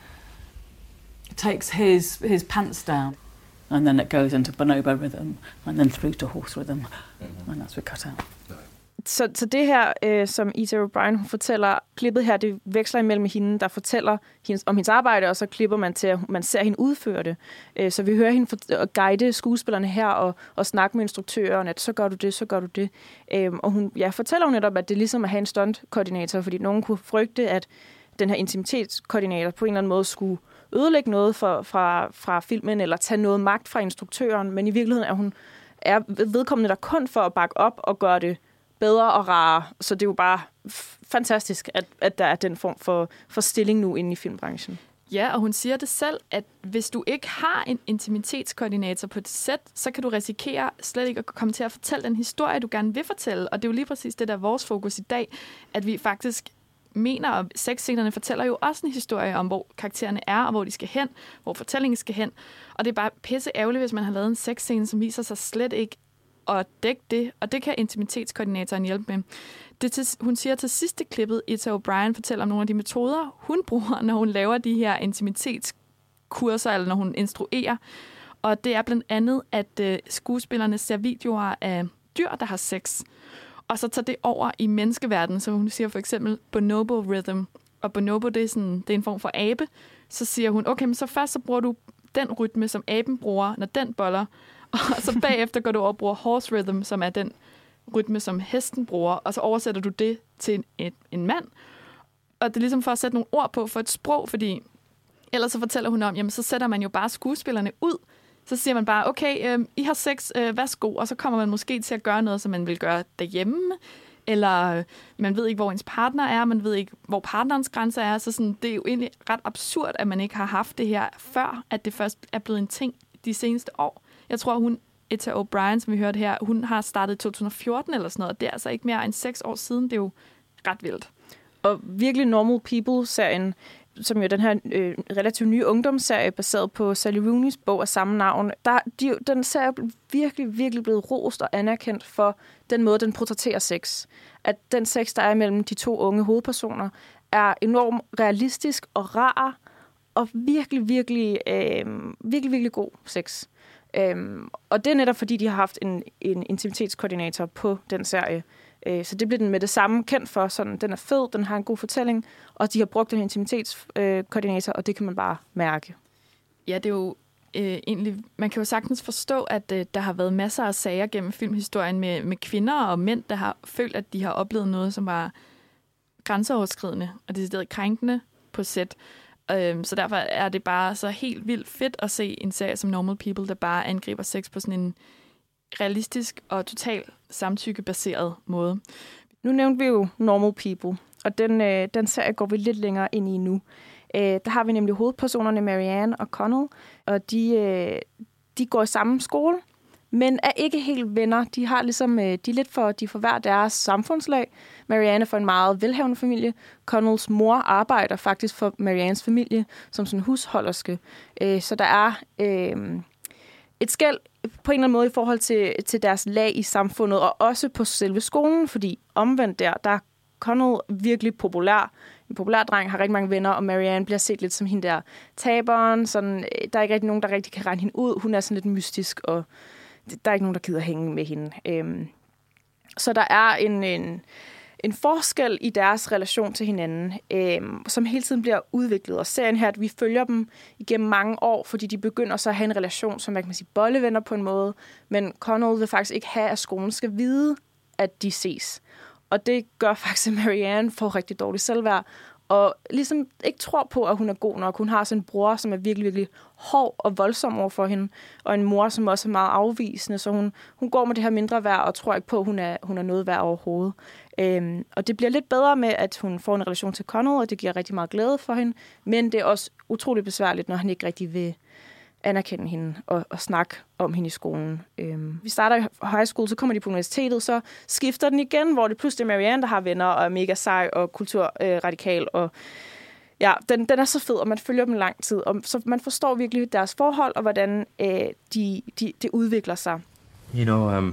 takes his his pants down, and then it goes into bonobo rhythm, and then through to horse rhythm, mm-hmm. and that's we cut out. så, så det her, øh, som Ita O'Brien hun fortæller, klippet her, det veksler imellem hende, der fortæller hendes, om hendes arbejde, og så klipper man til, at man ser hende udføre det. Øh, så vi hører hende for, at guide skuespillerne her, og, og snakke med instruktøren, at så gør du det, så gør du det. Øh, og hun ja, fortæller hun netop, at det er ligesom at have en stuntkoordinator, fordi nogen kunne frygte, at den her intimitetskoordinator på en eller anden måde skulle ødelægge noget for, fra, fra filmen, eller tage noget magt fra instruktøren, men i virkeligheden er hun er vedkommende der kun for at bakke op og gøre det bedre og rarere. Så det er jo bare f- fantastisk, at, at der er den form for, for stilling nu inde i filmbranchen. Ja, og hun siger det selv, at hvis du ikke har en intimitetskoordinator på et sæt, så kan du risikere slet ikke at komme til at fortælle den historie, du gerne vil fortælle. Og det er jo lige præcis det, der er vores fokus i dag, at vi faktisk mener, og sexscenerne fortæller jo også en historie om, hvor karaktererne er, og hvor de skal hen, hvor fortællingen skal hen. Og det er bare pisse ærgerligt, hvis man har lavet en sexscene, som viser sig slet ikke at dække det, og det kan intimitetskoordinatoren hjælpe med. Det til, hun siger til sidste klippet, Ita O'Brien fortæller om nogle af de metoder, hun bruger, når hun laver de her intimitetskurser, eller når hun instruerer. Og det er blandt andet, at øh, skuespillerne ser videoer af dyr, der har sex, og så tager det over i menneskeverdenen, så hun siger for eksempel bonobo rhythm. Og bonobo, det er, sådan, det er en form for abe. Så siger hun, okay, men så først så bruger du den rytme, som aben bruger, når den boller. Og så bagefter går du over og bruger horse rhythm, som er den rytme, som hesten bruger. Og så oversætter du det til en, en, en mand. Og det er ligesom for at sætte nogle ord på for et sprog, fordi ellers så fortæller hun om, jamen så sætter man jo bare skuespillerne ud. Så siger man bare, okay, øh, I har sex, øh, værsgo, og så kommer man måske til at gøre noget, som man vil gøre derhjemme, eller øh, man ved ikke, hvor ens partner er, man ved ikke, hvor partnerens grænser er, så sådan, det er jo egentlig ret absurd, at man ikke har haft det her før, at det først er blevet en ting de seneste år. Jeg tror, hun, Ita O'Brien, som vi hørte her, hun har startet i to tusind og fjorten eller sådan noget, og det er altså ikke mere end seks år siden, det er jo ret vildt. Og virkelig Normal People-serien, som jo er den her øh, relativt nye ungdomsserie, baseret på Sally Rooney's bog af samme navn. Der, de, den serie er virkelig, virkelig blevet rost og anerkendt for den måde, den portrætterer sex. At den sex, der er mellem de to unge hovedpersoner, er enormt realistisk og rar, og virkelig, virkelig, øh, virkelig, virkelig god sex. Øhm, og det er netop, fordi de har haft en, en intimitetskoordinator på den serie. Så det bliver den med det samme kendt for. Sådan, den er fed, den har en god fortælling, og de har brugt den intimitetskoordinator, og det kan man bare mærke. Ja, det er jo øh, egentlig... Man kan jo sagtens forstå, at øh, der har været masser af sager gennem filmhistorien med, med kvinder og mænd, der har følt, at de har oplevet noget, som var grænseoverskridende og decideret krænkende på set. Øh, så derfor er det bare så helt vildt fedt at se en serie som Normal People, der bare angriber sex på sådan en realistisk og totalt samtykkebaseret måde. Nu nævnte vi jo Normal People, og den, øh, den serie går vi lidt længere ind i nu. Øh, der har vi nemlig hovedpersonerne Marianne og Connell, og de, øh, de går i samme skole, men er ikke helt venner. De har ligesom, øh, de er lidt for, de får hver deres samfundslag. Marianne er for en meget velhavende familie. Connells mor arbejder faktisk for Mariannes familie som sådan husholderske. Øh, så der er øh, et skel på en eller anden måde i forhold til, til deres lag i samfundet, og også på selve skolen, fordi omvendt der, der er Connell virkelig populær. En populær dreng har rigtig mange venner, og Marianne bliver set lidt som hende der taberen. Sådan, der er ikke rigtig nogen, der rigtig kan regne hende ud. Hun er sådan lidt mystisk, og der er ikke nogen, der gider hænge med hende. Øhm, så der er en, en, en forskel i deres relation til hinanden, øhm, som hele tiden bliver udviklet. Og serien her, at vi følger dem igennem mange år, fordi de begynder så at have en relation, som man kan sige bollevenner på en måde. Men Connell vil faktisk ikke have, at skolen skal vide, at de ses. Og det gør faktisk, at Marianne får rigtig dårligt selvværd, og ligesom ikke tror på, at hun er god nok. Hun har sådan en bror, som er virkelig, virkelig hård og voldsom over for hende, og en mor, som også er meget afvisende, så hun, hun går med det her mindre værd, og tror ikke på, at hun er, hun er noget værd overhovedet. Øhm, og det bliver lidt bedre med, at hun får en relation til Connell, og det giver rigtig meget glæde for hende, men det er også utroligt besværligt, når han ikke rigtig vil anerkende hende og, og snakke om hende i skolen. Øhm, vi starter i high school, så kommer de på universitetet, så skifter den igen, hvor det pludselig er Marianne, der har venner og er mega sej og kulturradikal. Øh, og ja, den, den er så fed, og man følger dem lang tid. Og så man forstår virkelig deres forhold, og hvordan øh, de, de, det udvikler sig. You know, um,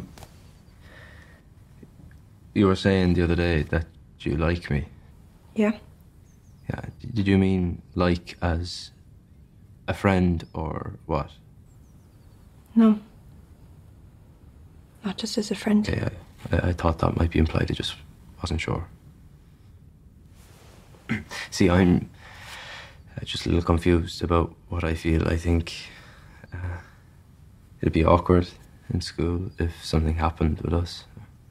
you were saying the other day that you like me. Yeah. Yeah. Did you mean like as a friend or what? No. Not just as a friend. Yeah, I, I thought that might be implied. I just wasn't sure. See, I'm just a little confused about what I feel. I think uh, it'd be awkward in school if something happened with us.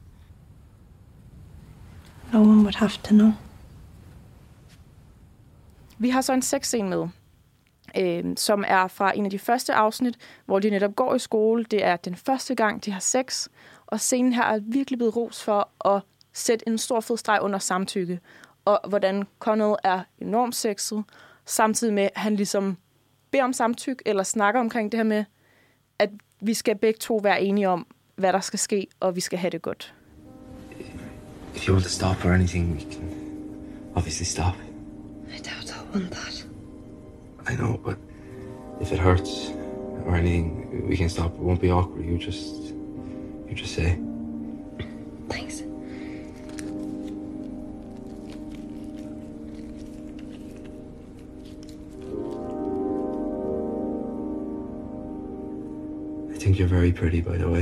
No one would have to know. Vi har så en sexscene med, øh, som er fra en af de første afsnit, hvor de netop går i skole. Det er den første gang, de har sex, og scenen her er virkelig blevet ros for at sætte en stor fed streg under samtykke, og hvordan Connell er enormt sexet, samtidig med, at han ligesom beder om samtykke, eller snakker omkring det her med, at vi skal begge to være enige om, hvad der skal ske, og vi skal have det godt. If you want to stop or anything, we can obviously stop. I doubt I'll want that. I know, but if it hurts or anything, we can stop. It won't be awkward. You just, you just say. Thanks. I think you're very pretty, by the way.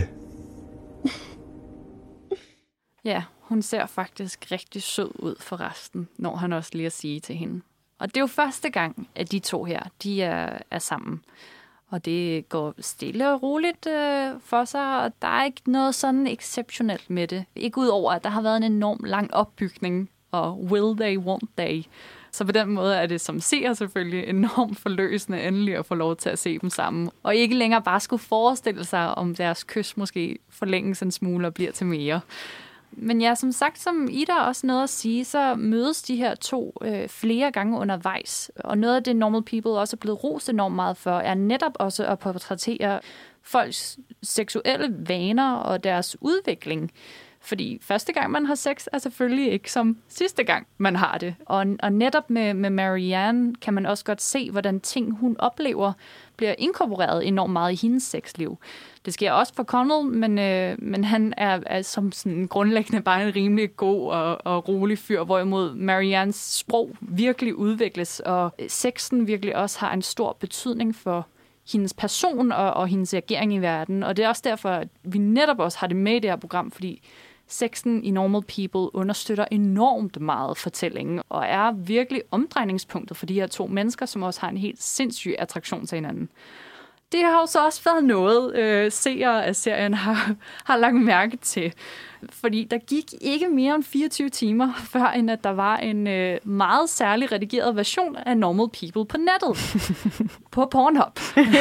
Ja, hun ser faktisk rigtig sød ud for resten, når han også lige at sige til hende. Og det er jo første gang, at de to her, de er, er sammen. Og det går stille og roligt øh, for sig, og der er ikke noget sådan exceptionelt med det. Ikke udover, at der har været en enorm lang opbygning, og will they, won't they. Så på den måde er det som seer selvfølgelig enormt forløsende endelig at få lov til at se dem sammen. Og ikke længere bare skulle forestille sig, om deres kys måske forlænges en smule og bliver til mere. Men ja, som sagt, som Ida også noget at sige, så mødes de her to øh, flere gange undervejs. Og noget af det Normal People også er blevet rost enormt meget for, er netop også at portrættere folks seksuelle vaner og deres udvikling. Fordi første gang, man har sex, er selvfølgelig ikke som sidste gang, man har det. Og, og netop med, med Marianne kan man også godt se, hvordan ting, hun oplever, bliver inkorporeret enormt meget i hendes sexliv. Det sker også for Connell, men, øh, men han er, er som sådan grundlæggende bare en rimelig god og, og rolig fyr, hvorimod Mariannes sprog virkelig udvikles, og sexen virkelig også har en stor betydning for hendes person og, og hendes agering i verden. Og det er også derfor, at vi netop også har det med i det her program, fordi sexen i Normal People understøtter enormt meget fortællingen, og er virkelig omdrejningspunktet for de her to mennesker, som også har en helt sindssyg attraktion til hinanden. Det har jo så også været noget, øh, seere af serien har, har lagt mærke til. Fordi der gik ikke mere end fireogtyve timer, før end at der var en øh, meget særlig redigeret version af Normal People på nettet. På Pornhub.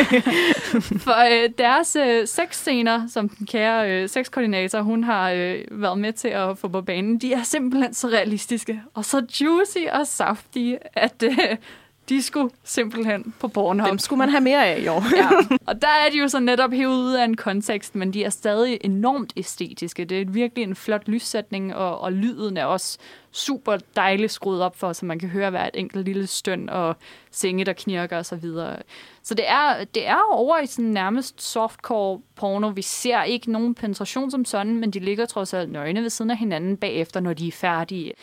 For øh, deres øh, sexscener, som den kære øh, sexkoordinator, hun har øh, været med til at få på banen, de er simpelthen så realistiske og så juicy og saftige, at øh, de skulle simpelthen på Pornhub. Dem skulle man have mere af, jo. Ja. Og der er de jo så netop hævet ud af en kontekst, men de er stadig enormt æstetiske. Det er virkelig en flot lyssætning, og, og lyden er også super dejligt skruet op for, så man kan høre hver et enkelt lille støn og senge, der knirker og så videre. Så det er, det er over i sådan nærmest softcore porno. Vi ser ikke nogen penetration som sådan, men de ligger trods alt nøgne ved siden af hinanden bagefter, når de er færdige.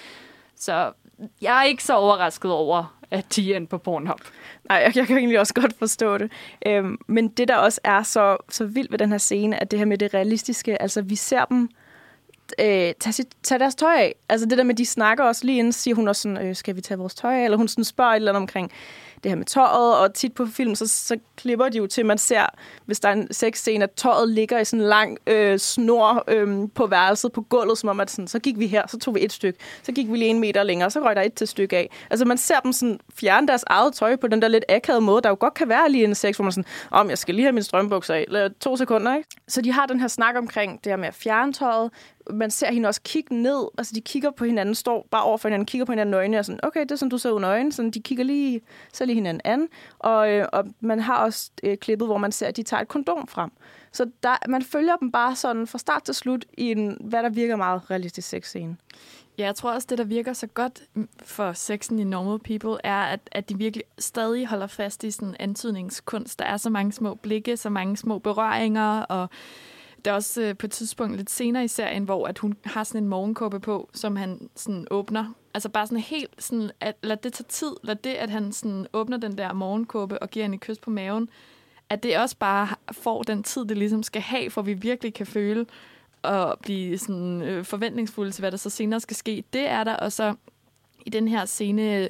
Så jeg er ikke så overrasket over, at de er inde på Pornhub. Nej, jeg, jeg kan egentlig også godt forstå det. Øhm, men det, der også er så, så vildt ved den her scene, at det her med det realistiske, altså vi ser dem øh, tage, sit, tage deres tøj af. Altså det der med, de snakker også lige inden, siger hun også sådan, øh, skal vi tage vores tøj af? Eller hun sådan spørger et eller andet omkring det her med tøjet, og tit på film, så, så klipper de jo til, man ser, hvis der er en sexscene, at tøjet ligger i sådan en lang øh, snor øh, på værelset på gulvet, som om at sådan, så gik vi her, så tog vi et stykke, så gik vi lige en meter længere, så røg der et til stykke af. Altså man ser dem sådan fjerne deres eget tøj på den der lidt akavede måde, der jo godt kan være lige en sex, hvor man sådan, om oh, jeg skal lige have mine strømbukser af, eller to sekunder, ikke? Så de har den her snak omkring det her med at fjerne tøjet. Man ser hende også kigge ned, altså de kigger på hinanden, står bare over for hinanden, kigger på hinanden øjnene, og sådan, okay, det er sådan, du ser uden øjne, sådan de kigger lige, så lige hinanden an, og, øh, og man har også øh, klippet, hvor man ser, at de tager et kondom frem. Så der, man følger dem bare sådan fra start til slut i en, hvad der virker meget realistisk sexscene. Ja, jeg tror også, det, der virker så godt for sexen i Normal People, er, at, at de virkelig stadig holder fast i sådan antydningskunst. Der er så mange små blikke, så mange små berøringer, og der er også øh, på et tidspunkt lidt senere i serien, hvor at hun har sådan en morgenkåbe på, som han sådan åbner. Altså bare sådan helt sådan, at lad det tage tid, lad det, at han sådan åbner den der morgenkåbe og giver hende et kys på maven, at det også bare får den tid, det ligesom skal have, for vi virkelig kan føle, at blive sådan, øh, forventningsfuld til, hvad der så senere skal ske. Det er der, og så i den her scene,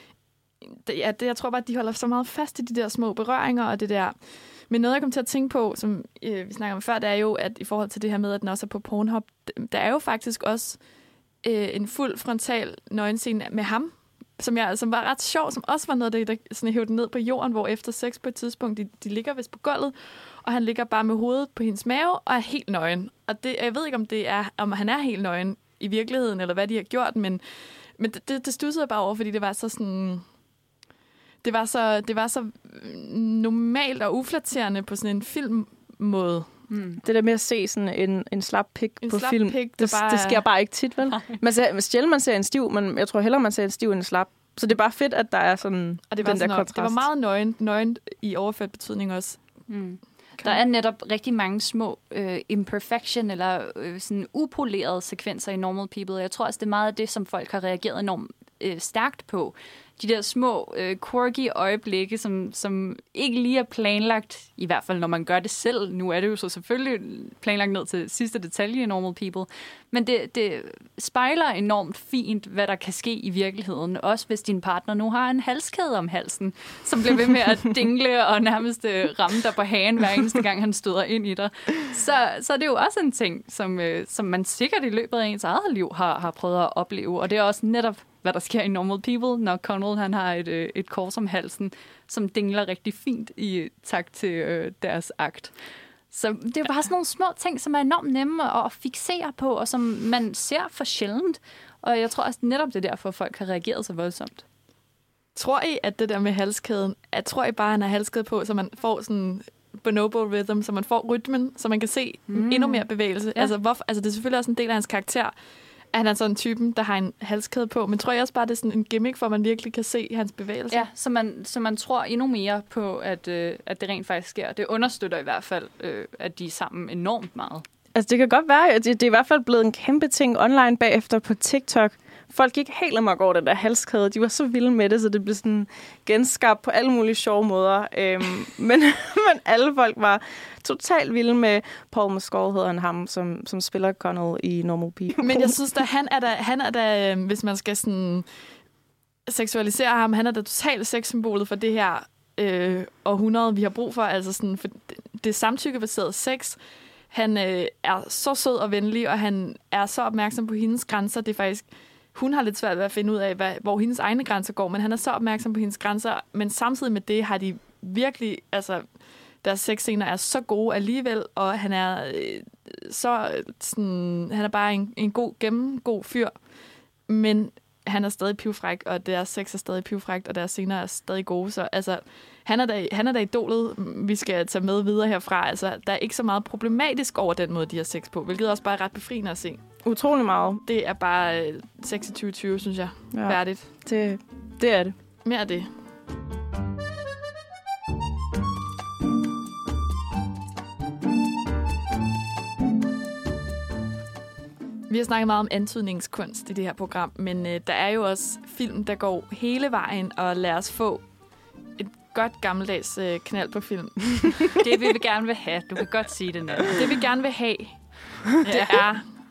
det, ja, det, jeg tror bare, at de holder så meget fast i de der små berøringer og det der. Men noget, jeg kom til at tænke på, som øh, vi snakker om før, det er jo, at i forhold til det her med, at den også er på Pornhub, der er jo faktisk også øh, en fuld frontal nøgenscene med ham, som, jeg, som var ret sjov, som også var noget, der, der sådan, hævde den ned på jorden, hvor efter sex på et tidspunkt, de, de ligger vist på gulvet, og han ligger bare med hovedet på hendes mave og er helt nøgen. Og det, jeg ved ikke, om, det er, om han er helt nøgen i virkeligheden, eller hvad de har gjort, men, men det, det, det studsede jeg bare over, fordi det var så sådan... Det var så, det var så normalt og uflatterende på sådan en filmmåde. Mm. Det der med at se sådan en, en slap pik en på slap film, pik, det, bare det sker bare ikke tit, vel? Man ser, sjældent man ser en stiv, men jeg tror hellere, man ser en stiv end en slap. Så det er bare fedt, at der er sådan og det var den sådan der noget, kontrast. Det var meget nøgent, nøgent i overført betydning også. Mm. Der er netop rigtig mange små øh, imperfection eller øh, sådan upolerede sekvenser i Normal People. Jeg tror også, det er meget af det, som folk har reageret enormt øh, stærkt på. De der små øh, quirky øjeblikke, som, som ikke lige er planlagt, i hvert fald når man gør det selv. Nu er det jo så selvfølgelig planlagt ned til sidste detalje i Normal People. Men det, det spejler enormt fint, hvad der kan ske i virkeligheden. Også hvis din partner nu har en halskæde om halsen, som bliver ved med at dingle og nærmest ramme dig på hagen, hver eneste gang han støder ind i dig. Så, så er det jo også en ting, som, øh, som man sikkert i løbet af ens eget liv har, har prøvet at opleve. Og det er også netop hvad der sker i Normal People, når Connell han har et, øh, et kors om halsen, som dingler rigtig fint i takt til øh, deres akt. Så det er jo bare sådan nogle små ting, som er enormt nemme at fixere på, og som man ser for sjældent. Og jeg tror også netop, det er derfor, folk har reageret så voldsomt. Tror I, at det der med halskæden, at tror I bare, at han er halskæde på, så man får sådan bonobo rhythm, så man får rytmen, så man kan se mm. endnu mere bevægelse? Ja. Altså, hvorfor, altså, det er selvfølgelig også en del af hans karakter, at han er sådan en typen, der har en halskæde på. Men tror jeg også bare, det er sådan en gimmick, for man virkelig kan se hans bevægelser? Ja, så man, så man tror endnu mere på, at, øh, at det rent faktisk sker. Det understøtter i hvert fald, øh, at de er sammen enormt meget. Altså, det kan godt være, at det, det er i hvert fald blevet en kæmpe ting online bagefter på TikTok. Folk gik helt amok over den der halskæde. De var så vilde med det, så det blev sådan genskabt på alle mulige sjove måder. Øhm, men, men alle folk var totalt vilde med Paul Mescal, hedder han ham, som, som spiller Connell i Normal People. Men jeg synes da, han er da, han er da hvis man skal sådan seksualisere ham, han er da totalt sexsymbolet for det her øh, århundrede, vi har brug for. Altså sådan, for det, det samtykkebaserede sex. Han øh, er så sød og venlig, og han er så opmærksom på hendes grænser. Det er faktisk... Hun har lidt svært ved at finde ud af, hvad, hvor hendes egne grænser går, men han er så opmærksom på hendes grænser. Men samtidig med det har de virkelig, altså deres sexscener er så gode alligevel, og han er øh, så sådan, han er bare en, en god, gennemgod fyr. Men han er stadig pivfræk, og deres sex er stadig pivfrækt, og deres scener er stadig gode. Så altså, han er da, han er da idolet, vi skal tage med videre herfra. Altså, der er ikke så meget problematisk over den måde, de har sex på, hvilket også bare er ret befriende at se. Utrolig meget. Det er bare øh, seksogtyve tyve, synes jeg. Ja. Værdigt. Det, det er det. Mere af det. Vi har snakket meget om antydningskunst i det her program, men øh, der er jo også film, der går hele vejen, og lad os få et godt gammeldags øh, knald på film. Det vil vi gerne vil have. Du kan godt sige det nu. Det vi gerne vil have, det er...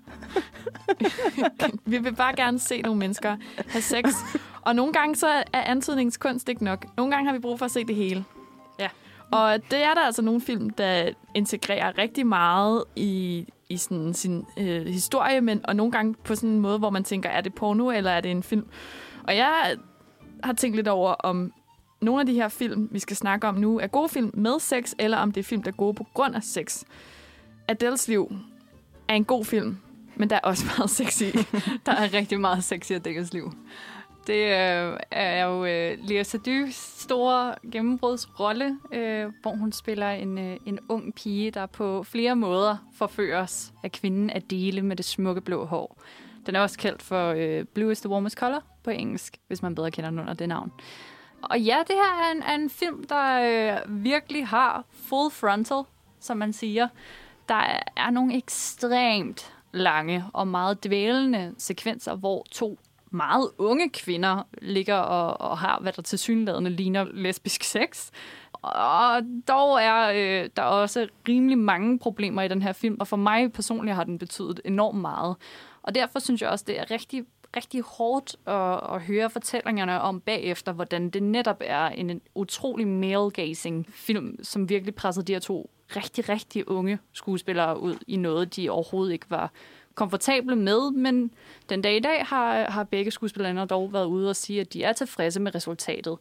Vi vil bare gerne se nogle mennesker have sex. Og nogle gange så er antydningskunst ikke nok. Nogle gange har vi brug for at se det hele. Ja. Og det er der altså nogle film, der integrerer rigtig meget i, i sådan sin øh, historie, men, og nogle gange på sådan en måde, hvor man tænker, er det porno, eller er det en film? Og jeg har tænkt lidt over, om nogle af de her film, vi skal snakke om nu, er gode film med sex, eller om det er film, der er gode på grund af sex. Adèles liv er en god film, men der er også meget sex i. Der er rigtig meget sex i Adèles liv. Det øh, er jo øh, Lea Seydoux's store gennembrudsrolle, øh, hvor hun spiller en, øh, en ung pige, der på flere måder forføres af kvinden Adele med det smukke blå hår. Den er også kaldt for øh, Blue is the warmest color på engelsk, hvis man bedre kender den under det navn. Og ja, det her er en, er en film, der øh, virkelig har full frontal, som man siger. Der er nogle ekstremt lange og meget dvælende sekvenser, hvor to meget unge kvinder ligger og, og har, hvad der tilsyneladende ligner lesbisk sex. Og dog er øh, der også rimelig mange problemer i den her film, og for mig personligt har den betydet enormt meget. Og derfor synes jeg også, det er rigtig, rigtig hårdt at, at høre fortællingerne om bagefter, hvordan det netop er en, en utrolig male-gazing film, som virkelig pressede de her to rigtig, rigtig unge skuespillere ud i noget, de overhovedet ikke var komfortable med, men den dag i dag har, har begge skuespillere dog været ude og sige, at de er tilfredse med resultatet.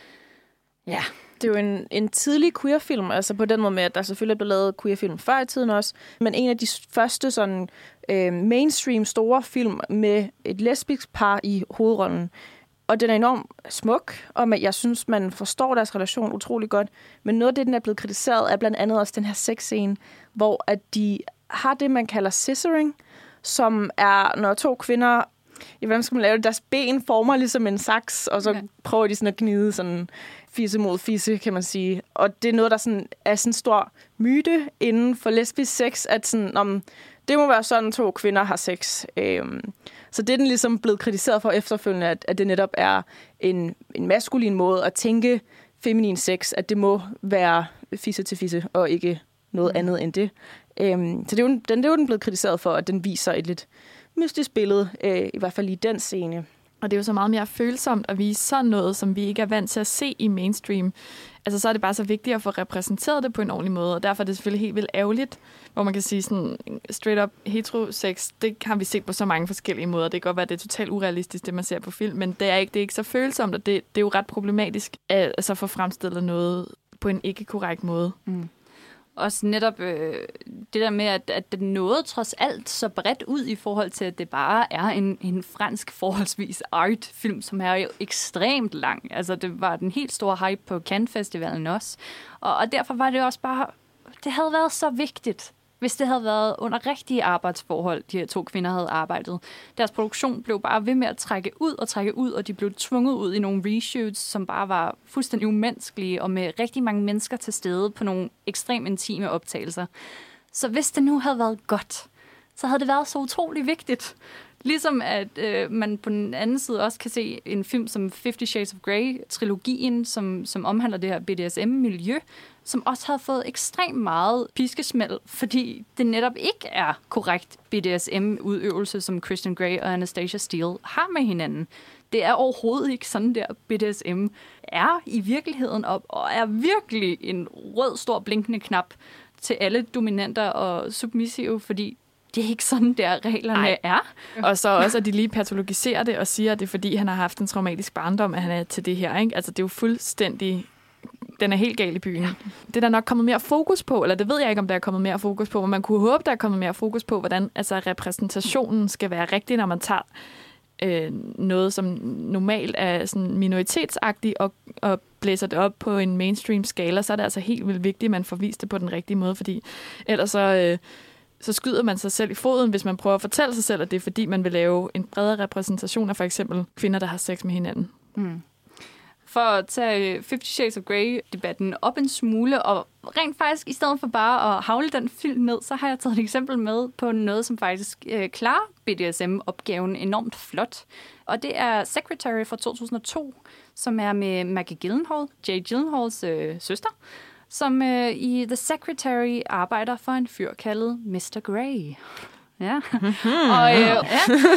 Ja. Det er jo en, en tidlig queerfilm, altså på den måde med, at der selvfølgelig er blevet lavet queerfilm før i tiden også, men en af de første sådan øh, mainstream store film med et lesbisk par i hovedrollen. Og den er enormt smuk, og jeg synes, man forstår deres relation utrolig godt. Men noget af det, den er blevet kritiseret, er blandt andet også den her sexscene, hvor at de har det, man kalder scissoring, som er, når to kvinder, ja, hvordan skal man lave det? Deres ben former ligesom en saks, og så ja. prøver de sådan at gnide sådan fisse mod fisse, kan man sige. Og det er noget, der sådan er sådan en stor myte inden for lesbisk sex, at sådan, om, det må være sådan, to kvinder har sex. Øhm, så det er den ligesom blevet kritiseret for efterfølgende, at, at det netop er en, en maskulin måde at tænke feminin sex, at det må være fisse til fisse, og ikke noget mm. andet end det. Øhm, så det er, jo, den, det er jo den blevet kritiseret for, at den viser et lidt mystisk billede, øh, i hvert fald i den scene. Og det er jo så meget mere følsomt at vise sådan noget, som vi ikke er vant til at se i mainstream. Altså så er det bare så vigtigt at få repræsenteret det på en ordentlig måde, og derfor er det selvfølgelig helt vildt ærgerligt, hvor man kan sige sådan straight up heterosex, det har vi set på så mange forskellige måder. Det kan godt være, at det er totalt urealistisk, det man ser på film, men det er ikke, det er ikke så følsomt, og det, det er jo ret problematisk at altså, få fremstillet noget på en ikke korrekt måde. Mm. Også netop øh, det der med, at, at det nåede trods alt så bredt ud i forhold til, at det bare er en, en fransk forholdsvis art-film, som er jo ekstremt lang. Altså, det var den helt store hype på Cannes-festivalen også. Og, og derfor var det også bare, det havde været så vigtigt, hvis det havde været under rigtige arbejdsforhold, de her to kvinder havde arbejdet. Deres produktion blev bare ved med at trække ud og trække ud, og de blev tvunget ud i nogle reshoots, som bare var fuldstændig umenneskelige, og med rigtig mange mennesker til stede på nogle ekstremt intime optagelser. Så hvis det nu havde været godt, så havde det været så utrolig vigtigt. Ligesom at øh, man på den anden side også kan se en film som Fifty Shades of Grey-trilogien, som, som omhandler det her B D S M-miljø, som også havde fået ekstremt meget piskesmæld, fordi det netop ikke er korrekt B D S M-udøvelse, som Christian Grey og Anastasia Steele har med hinanden. Det er overhovedet ikke sådan der, B D S M er i virkeligheden, og, og er virkelig en rød, stor, blinkende knap til alle dominanter og submissive, fordi det er ikke sådan, der reglerne Ej. er. Og så også, at de lige patologiserer det og siger, at det er, fordi han har haft en traumatisk barndom, at han er til det her. Ikke? Altså, det er jo fuldstændig... Den er helt gal i byen. Ja. Det er der nok kommet mere fokus på, eller det ved jeg ikke, om der er kommet mere fokus på, men man kunne håbe, der er kommet mere fokus på, hvordan altså, repræsentationen skal være rigtig, når man tager øh, noget, som normalt er sådan minoritetsagtigt, og, og blæser det op på en mainstream skala, så er det altså helt vildt vigtigt, at man får vist det på den rigtige måde, fordi ellers så... Øh, så skyder man sig selv i foden, hvis man prøver at fortælle sig selv, at det er fordi, man vil lave en bredere repræsentation af for eksempel kvinder, der har sex med hinanden. Mm. For at tage Fifty Shades of Grey-debatten op en smule, og rent faktisk, i stedet for bare at havle den film ned, så har jeg taget et eksempel med på noget, som faktisk øh, klarer B D S M-opgaven enormt flot. Og det er Secretary fra to tusind og to, som er med Maggie Gyllenhaal, Jake Gyllenhaals øh, søster, som øh, i The Secretary arbejder for en fyr kaldet mister Grey. Ja. Mm-hmm. Og, øh, ja.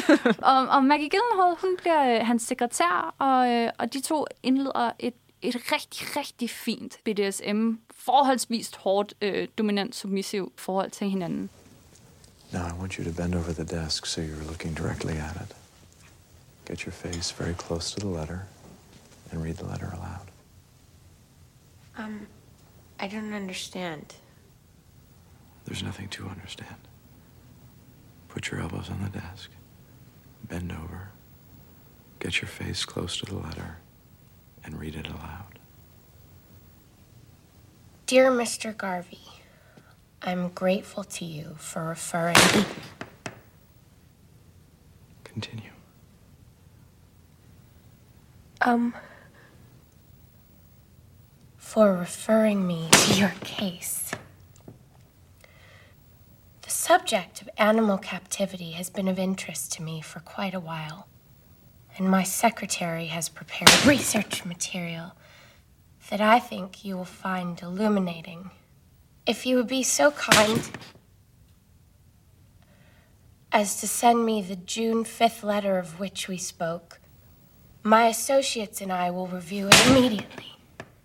og, og Maggie Gyllenhaal, hun bliver øh, hans sekretær, og, øh, og de to indleder et, et rigtig, rigtig fint B D S M, forholdsvis hårdt, øh, dominant, submissiv forhold til hinanden. Now I want you to bend over the desk so you're looking directly at it. Get your face very close to the letter and read the letter aloud. Um... I don't understand. There's nothing to understand. Put your elbows on the desk. Bend over. Get your face close to the letter and read it aloud. Dear Mister Garvey, I'm grateful to you for referring... Continue. Um... for referring me to your case. The subject of animal captivity has been of interest to me for quite a while, and my secretary has prepared research material that I think you will find illuminating. If you would be so kind as to send me the June fifth letter of which we spoke, my associates and I will review it immediately.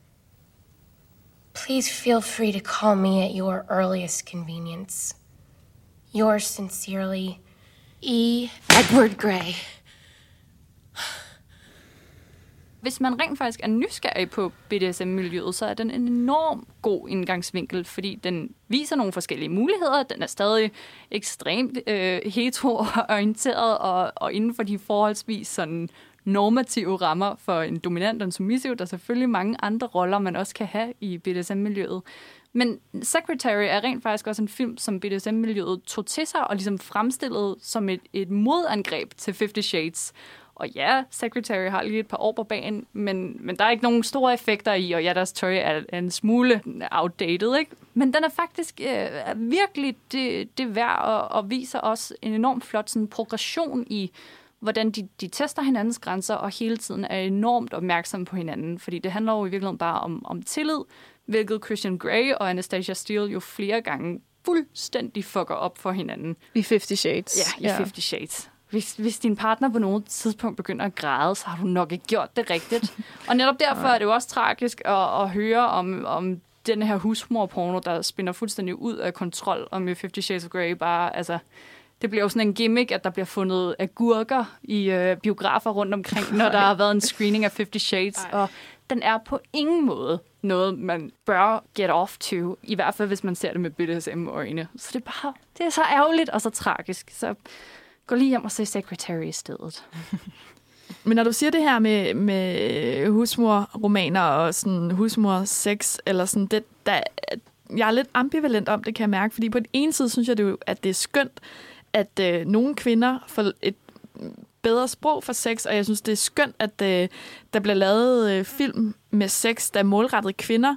Please feel free to call me at your earliest convenience. Yours sincerely, E. Edward Grey. Hvis man rent faktisk er nysgerrig på B D S M-miljøet, så er den en enorm god indgangsvinkel, fordi den viser nogle forskellige muligheder. Den er stadig ekstremt øh, hetero-orienteret og, og inden for de forholdsvis sådan normative rammer for en dominant og en submissiv. Der er selvfølgelig mange andre roller, man også kan have i B D S M-miljøet. Men Secretary er rent faktisk også en film, som B D S M-miljøet tog til sig og ligesom fremstillede som et, et modangreb til Fifty Shades. Og ja, Secretary har lige et par år på banen, men, men der er ikke nogen store effekter i, og ja, deres tøj er, er en smule outdated, ikke? Men den er faktisk øh, virkelig det, det værd, og, og viser også en enormt flot sådan, progression i, hvordan de, de tester hinandens grænser, og hele tiden er enormt opmærksomme på hinanden. Fordi det handler jo i virkeligheden bare om, om tillid, hvilket Christian Grey og Anastasia Steele jo flere gange fuldstændig fucker op for hinanden. I Fifty Shades. Ja, i ja. Fifty Shades. Hvis, hvis din partner på noget tidspunkt begynder at græde, så har du nok ikke gjort det rigtigt. Og netop derfor er det jo også tragisk at, at høre om, om den her husmorporno, der spinder fuldstændig ud af kontrol, og med Fifty Shades of Grey bare, altså, det bliver jo sådan en gimmick, at der bliver fundet agurker i øh, biografer rundt omkring, når der har været en screening af Fifty Shades, Ej. og den er på ingen måde noget, man bør get off to, i hvert fald hvis man ser det med B D S M-øjne. Så det er bare, det er så ærgerligt og så tragisk, så gå lige hjem og se Secretary i stedet. Men når du siger det her med, med husmor-romaner og sådan husmor-sex, eller sådan, det, der, jeg er lidt ambivalent om det, kan jeg mærke, fordi på den ene side synes jeg, det jo, at det er skønt, at øh, nogle kvinder får et bedre sprog for sex, og jeg synes, det er skønt, at øh, der bliver lavet øh, film med sex, der er målrettet kvinder,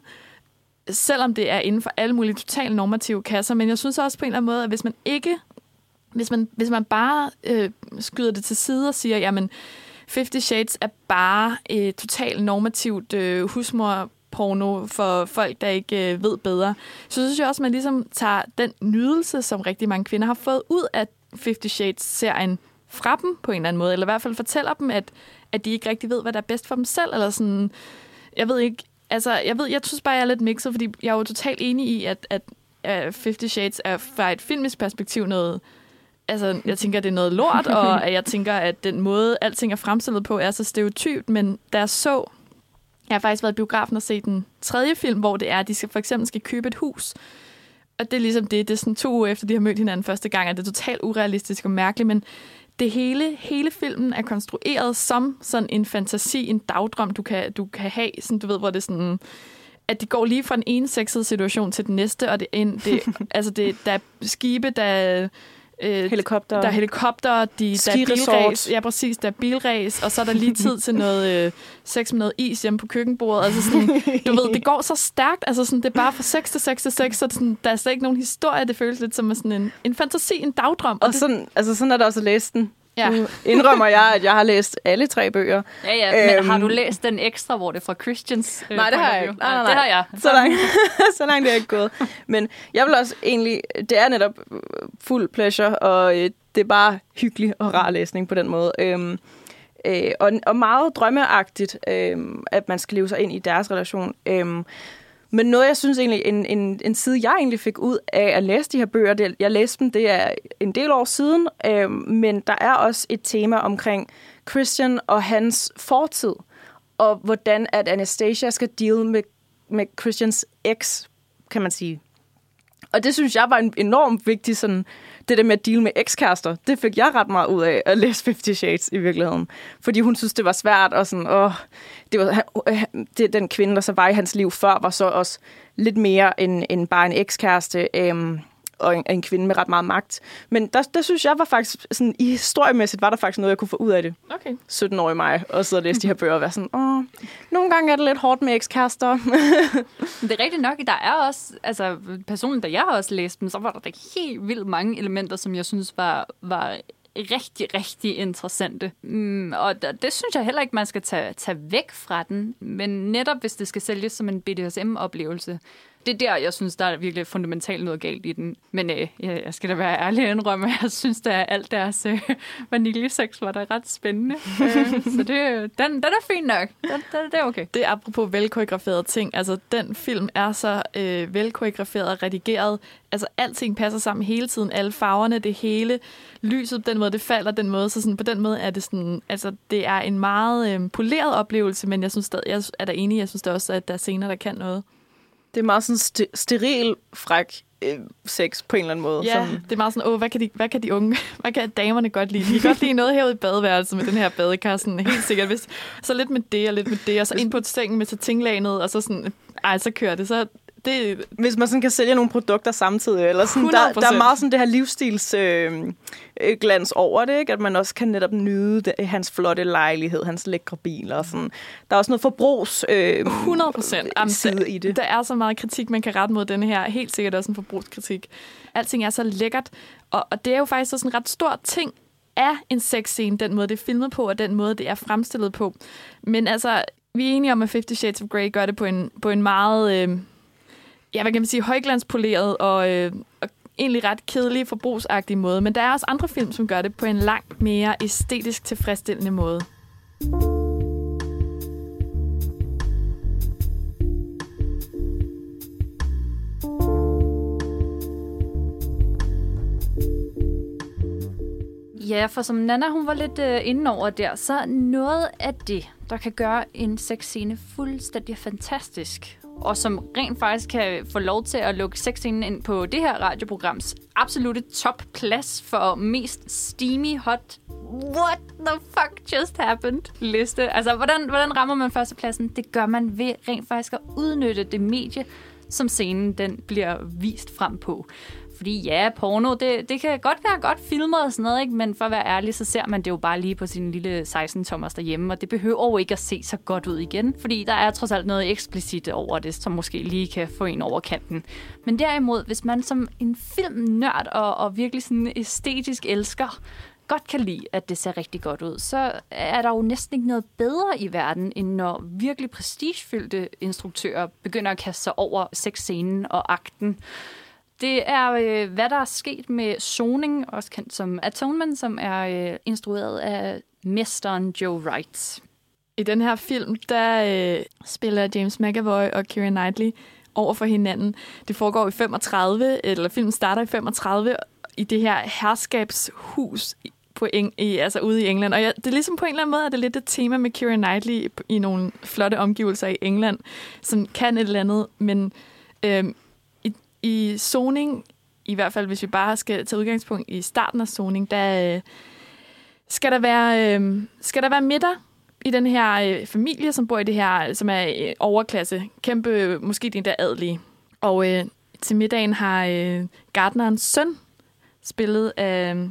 selvom det er inden for alle mulige totalt normative kasser. Men jeg synes også på en eller anden måde, at hvis man ikke Hvis man, hvis man bare øh, skyder det til side og siger, jamen, Fifty Shades er bare et totalt normativt øh, husmorporno for folk, der ikke øh, ved bedre, så synes jeg også, at man ligesom tager den nydelse, som rigtig mange kvinder har fået ud af Fifty Shades-serien fra dem på en eller anden måde, eller i hvert fald fortæller dem, at, at de ikke rigtig ved, hvad der er bedst for dem selv, eller sådan, jeg ved ikke, altså, jeg ved, jeg synes bare, jeg er lidt mixet, fordi jeg er jo totalt enig i, at, at, at Fifty Shades er fra et filmisk perspektiv noget. Altså, jeg tænker, det er noget lort, og jeg tænker, at den måde, alting er fremstillet på, er så stereotypt, men da jeg så... Jeg har faktisk været i biografen og set den tredje film, hvor det er, at de skal, for eksempel skal købe et hus. Og det er ligesom det. Det er sådan to uger efter, de har mødt hinanden første gang, og det er totalt urealistisk og mærkeligt, men det hele, hele filmen er konstrueret som sådan en fantasi, en dagdrøm, du kan, du kan have, sådan, du ved, hvor det er sådan... at de går lige fra den ene sexede situation til den næste, og det, en, det, altså det, der er skibe, der Øh, helikopter. Der er helikopter, de, der er bilræs. Ja, præcis, der er bilræs, og så er der lige tid til noget øh, sex med noget is hjemme på køkkenbordet. Altså sådan, du ved, det går så stærkt. Altså sådan, det er bare fra sex til sex til sex, så sådan, der er slet ikke nogen historie. Det føles lidt som sådan en, en fantasi, en dagdrøm. Og, og sådan, det, altså sådan er der også at læse den. Ja. Nu indrømmer jeg, at jeg har læst alle tre bøger. Ja, ja, men æm... har du læst den ekstra, hvor det er fra Christians øh, Nej, det har jeg ikke. Nej, nej, nej. Det har jeg. Så langt, så langt det er ikke gået. Men jeg vil også egentlig... Det er netop fuld pleasure, og øh, det er bare hyggelig og rar læsning på den måde. Øhm, øh, og, og meget drømmeagtigt, øh, at man skal leve sig ind i deres relation. Øh, Men noget, jeg synes egentlig, en, en, en side, jeg egentlig fik ud af at læse de her bøger, det, jeg læste dem, det er en del år siden, øh, men der er også et tema omkring Christian og hans fortid, og hvordan at Anastasia skal deal med, med Christians eks, kan man sige. Og det synes jeg var en enormt vigtig, sådan, det der med at deal med ekskærester. Det fik jeg ret meget ud af at læse Fifty Shades i virkeligheden. Fordi hun synes, det var svært, og sådan, åh, det var, det, den kvinde, der så var i hans liv før, var så også lidt mere end, end bare en ekskæreste, øhm, og en, en kvinde med ret meget magt. Men der, der synes jeg var faktisk, sådan, i historiemæssigt var der faktisk noget, jeg kunne få ud af det. Okay. sytten-årig mig, og sidde og læse de her bøger og være sådan, åh, nogle gange er det lidt hårdt med ekskærester. Det er rigtigt nok, der er også, altså personligt, da jeg har også læst dem, så var der da helt vildt mange elementer, som jeg synes var, var rigtig, rigtig interessante. Mm, og det, det synes jeg heller ikke, man skal tage, tage væk fra den. Men netop hvis det skal sælges som en B D S M-oplevelse, det er der, jeg synes, der er virkelig fundamentalt noget galt i den. Men øh, jeg skal da være ærlig og indrømme, at jeg synes, at alt deres øh, vaniljesex var da ret spændende. øh, så det, den, den er fin nok. Den, den, det er okay. Det er apropos velkoreograferede ting. Altså, den film er så øh, velkoreograferet og redigeret. Altså, alting passer sammen hele tiden. Alle farverne, det hele. Lyset, den måde, det falder, den måde. Så sådan, på den måde er det sådan... Altså, det er en meget øh, poleret oplevelse, men jeg synes stadig, jeg er da enig. Jeg synes da også, at der er scener, der kan noget. Det er meget sådan st- steril, fræk øh, sex på en eller anden måde. Ja, sådan. Det er meget sådan, åh, hvad kan de, hvad kan de unge, hvad kan damerne godt lide? De kan godt lide noget herude i badeværelset med den her badekar, sådan helt sikkert. Hvis, så lidt med det og lidt med det, og så ind på sengen med satinlaget, og så sådan, ej, så kører det. Så det... Hvis man sådan kan sælge nogle produkter samtidig, eller sådan, der, der er meget sådan det her livsstils øh, glans over det, ikke? At man også kan netop nyde det, hans flotte lejlighed, hans lækre biler og sådan. Der er også noget forbrugs øh, hundrede procent side i det. Der er så meget kritik, man kan rette mod denne her. Helt sikkert også en forbrugskritik. Alting er så lækkert, og, og det er jo faktisk sådan en ret stor ting af en sexscene, den måde, det er filmet på, og den måde, det er fremstillet på. Men altså, vi er enige om, at Fifty Shades of Grey gør det på en, på en meget... Øh, ja, hvad kan man sige, højglanspoleret og, øh, og egentlig ret kedelig, forbrugsagtig måde. Men der er også andre film, som gør det på en langt mere æstetisk tilfredsstillende måde. Ja, for som Nana hun var lidt øh, inde over der, så noget af det, der kan gøre en sexscene fuldstændig fantastisk, og som rent faktisk kan få lov til at lukke sexscenen ind på det her radioprograms absolutte topplads for mest steamy, hot, what the fuck just happened liste. Altså, hvordan, hvordan rammer man førstepladsen? Det gør man ved rent faktisk at udnytte det medie, som scenen den bliver vist frem på. Fordi ja, porno, det, det kan godt være godt filmet og sådan noget, ikke? Men for at være ærlig, så ser man det jo bare lige på sin lille seksten-tommers derhjemme, og det behøver jo ikke at se så godt ud igen, fordi der er trods alt noget eksplicit over det, som måske lige kan få en over kanten. Men derimod, hvis man som en filmnørd og, og virkelig sådan æstetisk elsker, godt kan lide, at det ser rigtig godt ud, så er der jo næsten ikke noget bedre i verden, end når virkelig prestigefyldte instruktører begynder at kaste sig over sexscenen og akten. Det er, øh, hvad der er sket med Soning, også kendt som Atonement, som er øh, instrueret af mesteren Joe Wright. I den her film, der øh, spiller James McAvoy og Keira Knightley over for hinanden. Det foregår i femogtredive, eller filmen starter i femogtredive, i det her herskabshus på Eng- i, altså ude i England. Og jeg, det er ligesom på en eller anden måde, at det er lidt et tema med Keira Knightley i, i nogle flotte omgivelser i England, som kan et eller andet, men... Øh, I Soning, i hvert fald hvis vi bare skal tage udgangspunkt i starten af Soning, der øh, skal der være øh, skal der være middag i den her øh, familie, som bor i det her, som er øh, overklasse, kæmpe, måske den der adelige. Og øh, til middagen har øh, gartnerens søn spillet af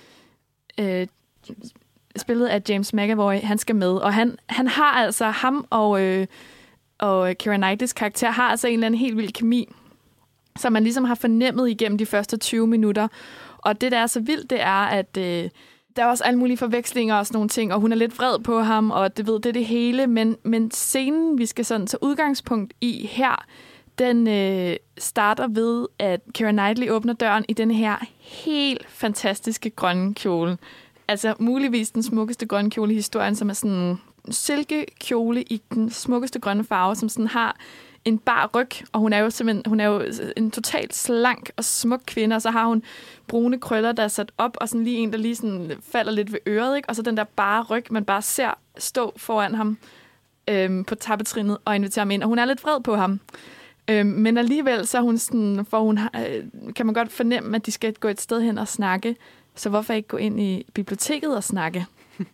øh, spillet af James McAvoy. Han skal med, og han han har altså ham og øh, og Keira Knightleys karakter har altså en eller anden helt vild kemi, som man ligesom har fornemmet igennem de første tyve minutter. Og det, der er så vildt, det er, at øh, der er også alle mulige forvekslinger og sådan nogle ting, og hun er lidt vred på ham, og det ved, det er det hele. Men, men scenen, vi skal sådan tage udgangspunkt i her, den øh, starter ved, at Keira Knightley åbner døren i den her helt fantastiske grønne kjole. Altså muligvis den smukkeste grønne kjole i historien, som er sådan en silkekjole i den smukkeste grønne farve, som sådan har en bar ryg, og hun er jo simpelthen hun er jo en totalt slank og smuk kvinde, og så har hun brune krøller, der er sat op, og sådan lige en, der lige sådan falder lidt ved øret, ikke? Og så den der bare ryg, man bare ser stå foran ham øhm, på tappetrinet og inviterer ham ind, og hun er lidt vred på ham. Øhm, men alligevel, så hun sådan, for hun, øh, kan man godt fornemme, at de skal gå et sted hen og snakke, så hvorfor ikke gå ind i biblioteket og snakke?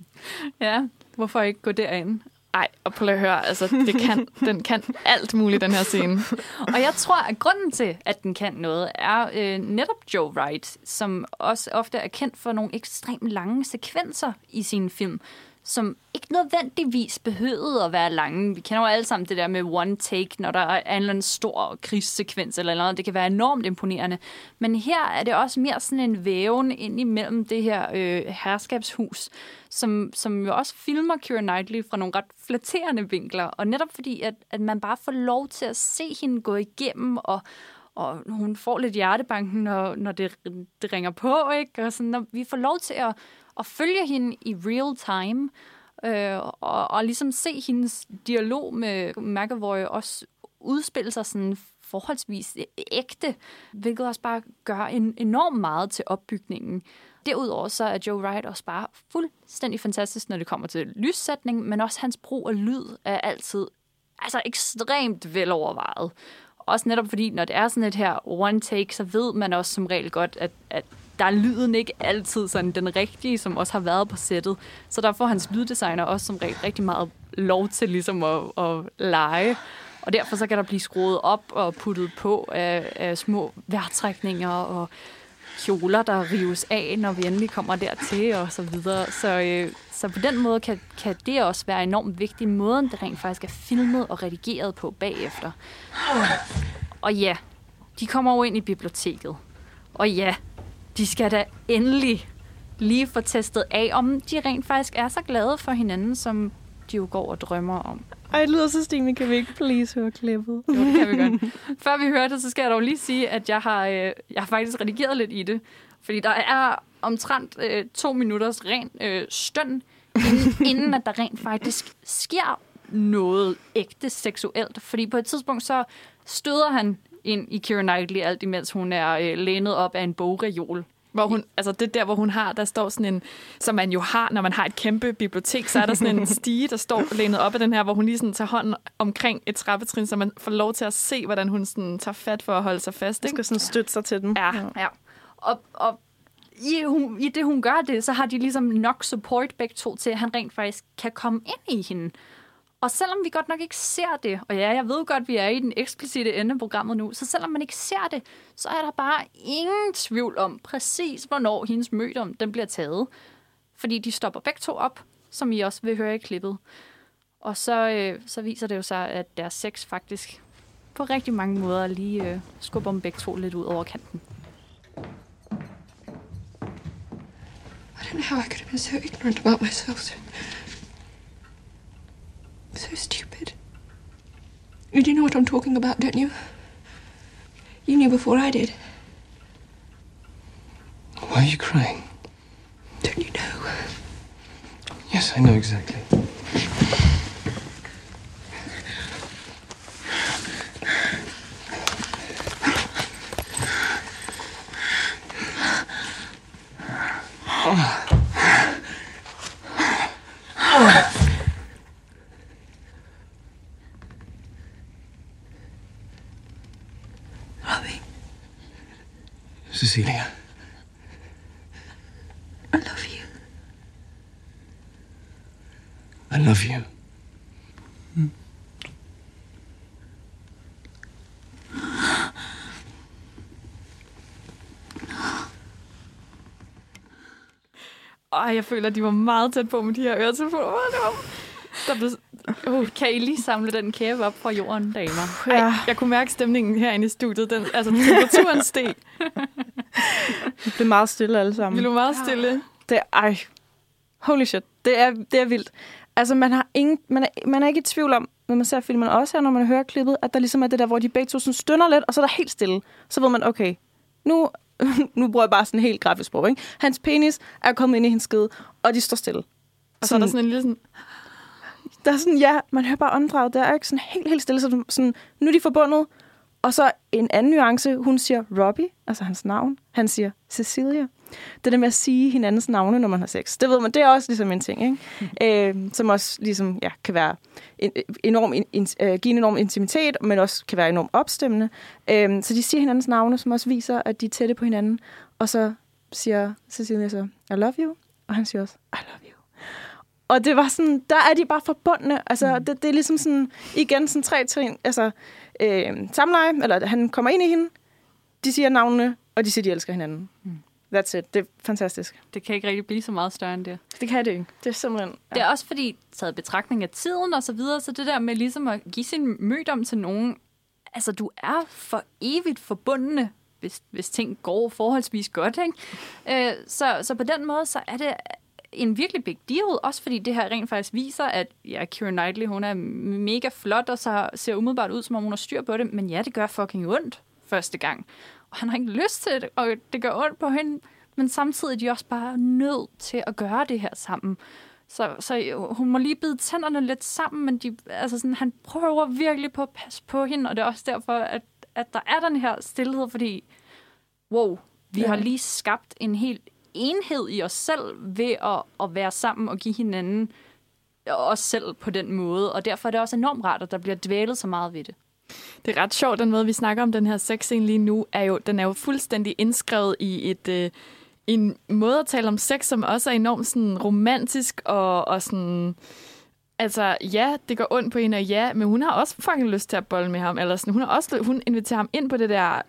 Ja, hvorfor ikke gå derind? Ej, og prøv at høre, altså, det kan, den kan alt muligt, den her scene. Og jeg tror, at grunden til, at den kan noget, er øh, netop Joe Wright, som også ofte er kendt for nogle ekstremt lange sekvenser i sine film, som ikke nødvendigvis behøvede at være lange. Vi kender jo alle sammen det der med one take, når der er en eller anden stor krigssekvens eller noget. Det kan være enormt imponerende. Men her er det også mere sådan en væven ind imellem det her øh, herskabshus, som, som jo også filmer Keira Knightley fra nogle ret flatterende vinkler. Og netop fordi, at, at man bare får lov til at se hende gå igennem, og og hun får lidt hjertebanken, når, når det, det ringer på, ikke? Og sådan, når vi får lov til at, at følge hende i real time, øh, og, og ligesom se hendes dialog med McAvoy også udspille sig sådan forholdsvis ægte, hvilket også bare gør en enormt meget til opbygningen. Derudover så er Joe Wright også bare fuldstændig fantastisk, når det kommer til lyssætning, men også hans brug af lyd er altid altså ekstremt velovervejet. Også netop fordi, når det er sådan et her one take, så ved man også som regel godt, at, at der er lyden ikke altid sådan den rigtige, som også har været på sættet. Så der får hans lyddesigner også som regel rigtig meget lov til ligesom at, at lege. Og derfor så kan der blive skruet op og puttet på af, af små vejrtrækninger og kjoler, der rives af, når vi endelig kommer dertil og så videre. Så, øh, så på den måde kan, kan det også være enormt vigtigt, måden det rent faktisk er filmet og redigeret på bagefter. Og ja, de kommer jo ind i biblioteket. Og ja, de skal da endelig lige få testet af, om de rent faktisk er så glade for hinanden, som de jo går og drømmer om. Ej, det lyder så Stine, kan vi ikke please høre klippet? Jo, det kan vi godt. Før vi hører det, så skal jeg dog lige sige, at jeg har, øh, jeg har faktisk redigeret lidt i det. Fordi der er omtrent øh, to minutters ren øh, støn, inden, inden at der rent faktisk sker noget ægte seksuelt. Fordi på et tidspunkt, så støder han ind i Keira Knightley, alt imens hun er øh, lænet op af en bogreol. Hvor hun, altså det der, hvor hun har, der står sådan en, som man jo har, når man har et kæmpe bibliotek, så er der sådan en stige, der står lænet op af den her, hvor hun lige sådan tager hånden omkring et trappetrin, så man får lov til at se, hvordan hun sådan tager fat for at holde sig fast. Ikke? Skal sådan støtte sig til den. Ja, ja. Og, og i, hun, i det, hun gør det, så har de ligesom nok support begge to til, at han rent faktisk kan komme ind i hende. Og selvom vi godt nok ikke ser det, og ja, jeg ved godt, at vi er i den eksplicite ende af programmet nu, så selvom man ikke ser det, så er der bare ingen tvivl om præcis, hvornår hendes mødom den bliver taget. Fordi de stopper begge to op, som I også vil høre i klippet. Og så, øh, så viser det jo sig, at deres sex faktisk på rigtig mange måder lige øh, skubber dem begge to lidt ud over kanten. I don't know how I could have been so ignorant about myself. So, so stupid. You do know what I'm talking about, don't you? You knew before I did. Why are you crying? Don't you know? Yes, I know exactly. Robbie, Cecilia. I love you. I love you. Mm. Ej, jeg føler, at de var meget tæt på med de her øretelefoner. Der blev... Uh, kan I lige samle den kæbe op fra jorden, damer? Ej, jeg kunne mærke stemningen herinde i studiet. Den, altså, temperaturen steg. Vi blev meget stille alle sammen. Vi blev meget stille. Det er, ej, holy shit. Det er, det er vildt. Altså, man, har ingen, man, er, man er ikke i tvivl om, når man ser filmen også her, når man hører klippet, at der ligesom er det der, hvor de begge to sådan stønner lidt, og så er der helt stille. Så ved man, okay, nu, nu bruger jeg bare sådan en helt grafisk sprog, ikke? Hans penis er kommet ind i hendes skede, og de står stille. Og så er der sådan en lille sådan... Der er sådan, ja, man hører bare åndedraget. Der er ikke sådan helt, helt stille. Så sådan, nu er de forbundet. Og så en anden nuance. Hun siger Robbie, altså hans navn. Han siger Cecilia. Det der med at sige hinandens navne, når man har sex. Det ved man, det er også ligesom en ting, ikke? Mm. Øh, som også ligesom, ja, kan være en, enorm, in, in, uh, give en enorm intimitet, men også kan være enormt opstemmende. Øh, så de siger hinandens navne, som også viser, at de er tætte på hinanden. Og så siger Cecilia så, I love you. Og han siger også, I love you. Og det var sådan, der er de bare forbundne. Altså, mm. det, det er ligesom sådan, igen sådan tre trin, altså, øh, samleje, eller han kommer ind i hende, de siger navnene, og de siger, de elsker hinanden. Mm. That's it. Det er fantastisk. Det kan ikke rigtig blive så meget større end det. Det kan det ikke. Det er simpelthen... Ja. Det er også fordi, taget betragtning af tiden og så videre, så det der med ligesom at give sin mødom til nogen, altså du er for evigt forbundne, hvis, hvis ting går forholdsvis godt, ikke? Øh, så, så på den måde, så er det en virkelig big deal, også fordi det her rent faktisk viser, at ja, Keira Knightley, hun er mega flot, og så ser umiddelbart ud, som om hun har styr på det, men ja, det gør fucking ondt første gang. Og han har ikke lyst til det, og det gør ondt på hende, men samtidig er de også bare nødt til at gøre det her sammen. Så, så hun må lige bide tænderne lidt sammen, men de, altså sådan, han prøver virkelig på at passe på hende, og det er også derfor, at, at der er den her stilhed, fordi wow, vi ja. har lige skabt en helt enhed i os selv ved at, at være sammen og give hinanden os selv på den måde, og derfor er det også enormt rart, at der bliver dvælet så meget ved det. Det er ret sjovt, den måde, vi snakker om den her sexscene lige nu, er jo, den er jo fuldstændig indskrevet i et, øh, en måde at tale om sex, som også er enormt sådan, romantisk og, og sådan... Altså, ja, det går ondt på hende, og ja, men hun har også fucking lyst til at bolle med ham. Eller sådan, hun har også hun inviterer ham ind på det der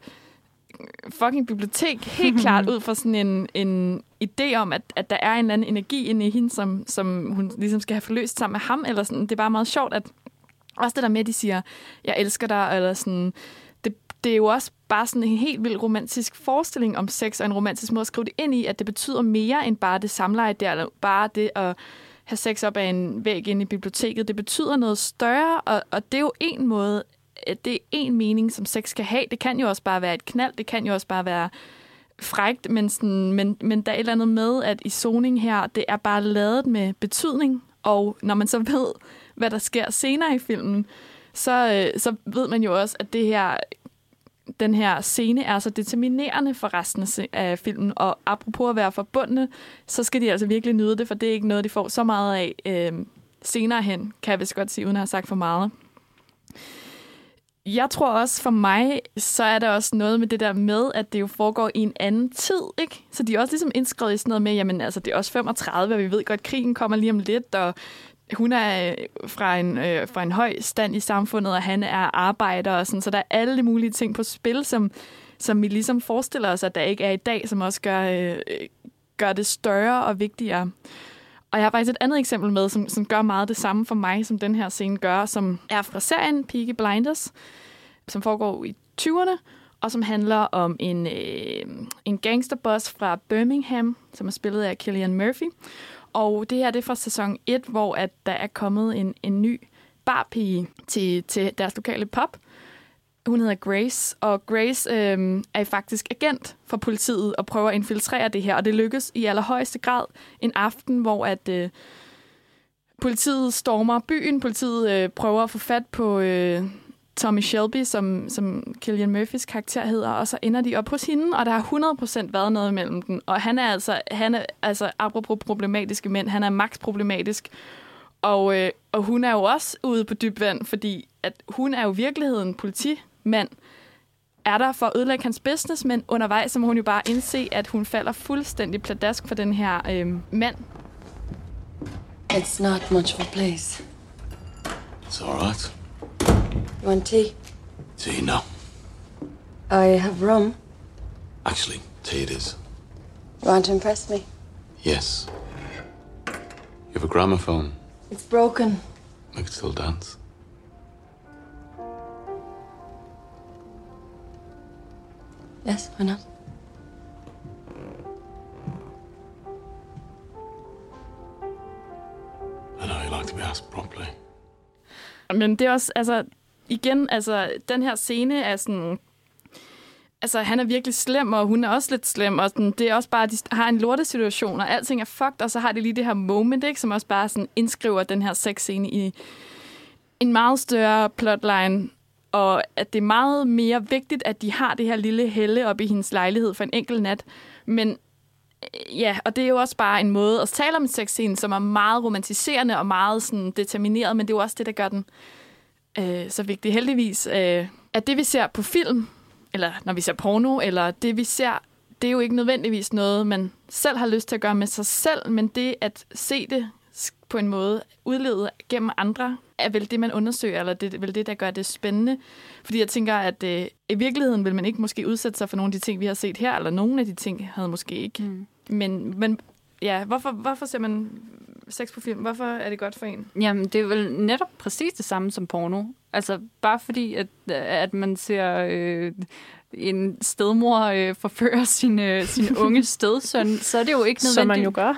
fucking bibliotek, helt klart ud fra sådan en, en idé om, at, at der er en eller anden energi inde i hende, som, som hun ligesom skal have forløst sammen med ham. Eller sådan. Det er bare meget sjovt, at også det der med, at de siger, jeg elsker dig, eller sådan... Det, det er jo også bare sådan en helt vild romantisk forestilling om sex, og en romantisk måde at skrive det ind i, at det betyder mere end bare det samleje der, eller bare det at have sex op ad en væg inde i biblioteket. Det betyder noget større, og, og det er jo en måde, det er en mening, som sex kan have. Det kan jo også bare være et knald, det kan jo også bare være frækt, men, sådan, men, men der er et eller andet med, at i zoning her, det er bare lavet med betydning, og når man så ved, hvad der sker senere i filmen, så, så ved man jo også, at det her, den her scene er så determinerende for resten af filmen, og apropos at være forbundne, så skal de altså virkelig nyde det, for det er ikke noget, de får så meget af øh, senere hen, kan jeg vist godt sige, uden at have sagt for meget. Jeg tror også for mig, så er der også noget med det der med, at det jo foregår i en anden tid, ikke? Så de er også ligesom indskrevet i sådan noget med, jamen altså det er også femogtredive, og vi ved godt, at krigen kommer lige om lidt, og hun er fra en, øh, fra en høj stand i samfundet, og han er arbejder og sådan, så der er alle mulige ting på spil, som, som vi ligesom forestiller os, at der ikke er i dag, som også gør, øh, gør det større og vigtigere. Og jeg har faktisk et andet eksempel med, som, som gør meget det samme for mig, som den her scene gør, som er fra serien Peaky Blinders, som foregår i tyverne, og som handler om en, øh, en gangsterboss fra Birmingham, som er spillet af Cillian Murphy. Og det her det er fra sæson et, hvor at der er kommet en, en ny barpige til, til deres lokale pub. Hun hedder Grace, og Grace øh, er faktisk agent for politiet og prøver at infiltrere det her. Og det lykkes i allerhøjeste grad en aften, hvor at øh, politiet stormer byen. Politiet øh, prøver at få fat på øh, Tommy Shelby, som, som Cillian Murphys karakter hedder, og så ender de op hos hende, og der har hundrede procent været noget mellem dem. Og han er altså, han er, altså apropos problematiske mænd, han er max problematisk. Og, øh, og hun er jo også ude på dyb vand, fordi at hun er jo i virkeligheden politimand, er der for at ødelægge hans business, men undervejs så må hun jo bare indse, at hun falder fuldstændig pladask for den her øh, mand. It's not much of a place. It's all right. You want tea? Tea, no. I have rum. Actually, tea it is. You want to impress me? Yes. You have a gramophone. It's broken. I can still dance. Yes, why not? I know you like to be asked properly. Men det er også, altså, igen, altså, den her scene er sådan, altså, han er virkelig slem, og hun er også lidt slem, og sådan, det er også bare, de har en lortesituation, og alting er fucked, og så har de lige det her moment, ikke, som også bare sådan indskriver den her sexscene i en meget større plotline, og at det er meget mere vigtigt, at de har det her lille helle op i hendes lejlighed for en enkelt nat, men ja, og det er jo også bare en måde at tale om en sexscene, som er meget romantiserende og meget sådan determineret, men det er jo også det, der gør den øh, så vigtig. Heldigvis, øh, at det vi ser på film, eller når vi ser porno, eller det vi ser, det er jo ikke nødvendigvis noget, man selv har lyst til at gøre med sig selv, men det at se det på en måde udlevet gennem andre, er vel det, man undersøger, eller det er vel det, der gør det spændende. Fordi jeg tænker, at øh, i virkeligheden vil man ikke måske udsætte sig for nogle af de ting, vi har set her, eller nogle af de ting havde måske ikke. Mm. Men, men ja, hvorfor, hvorfor ser man sex på film? Hvorfor er det godt for en? Jamen, det er vel netop præcis det samme som porno. Altså, bare fordi, at, at man ser øh, en stedmor øh, forføre sin, øh, sin unge stedsøn, så er det jo ikke nødvendigt. Som man jo gør.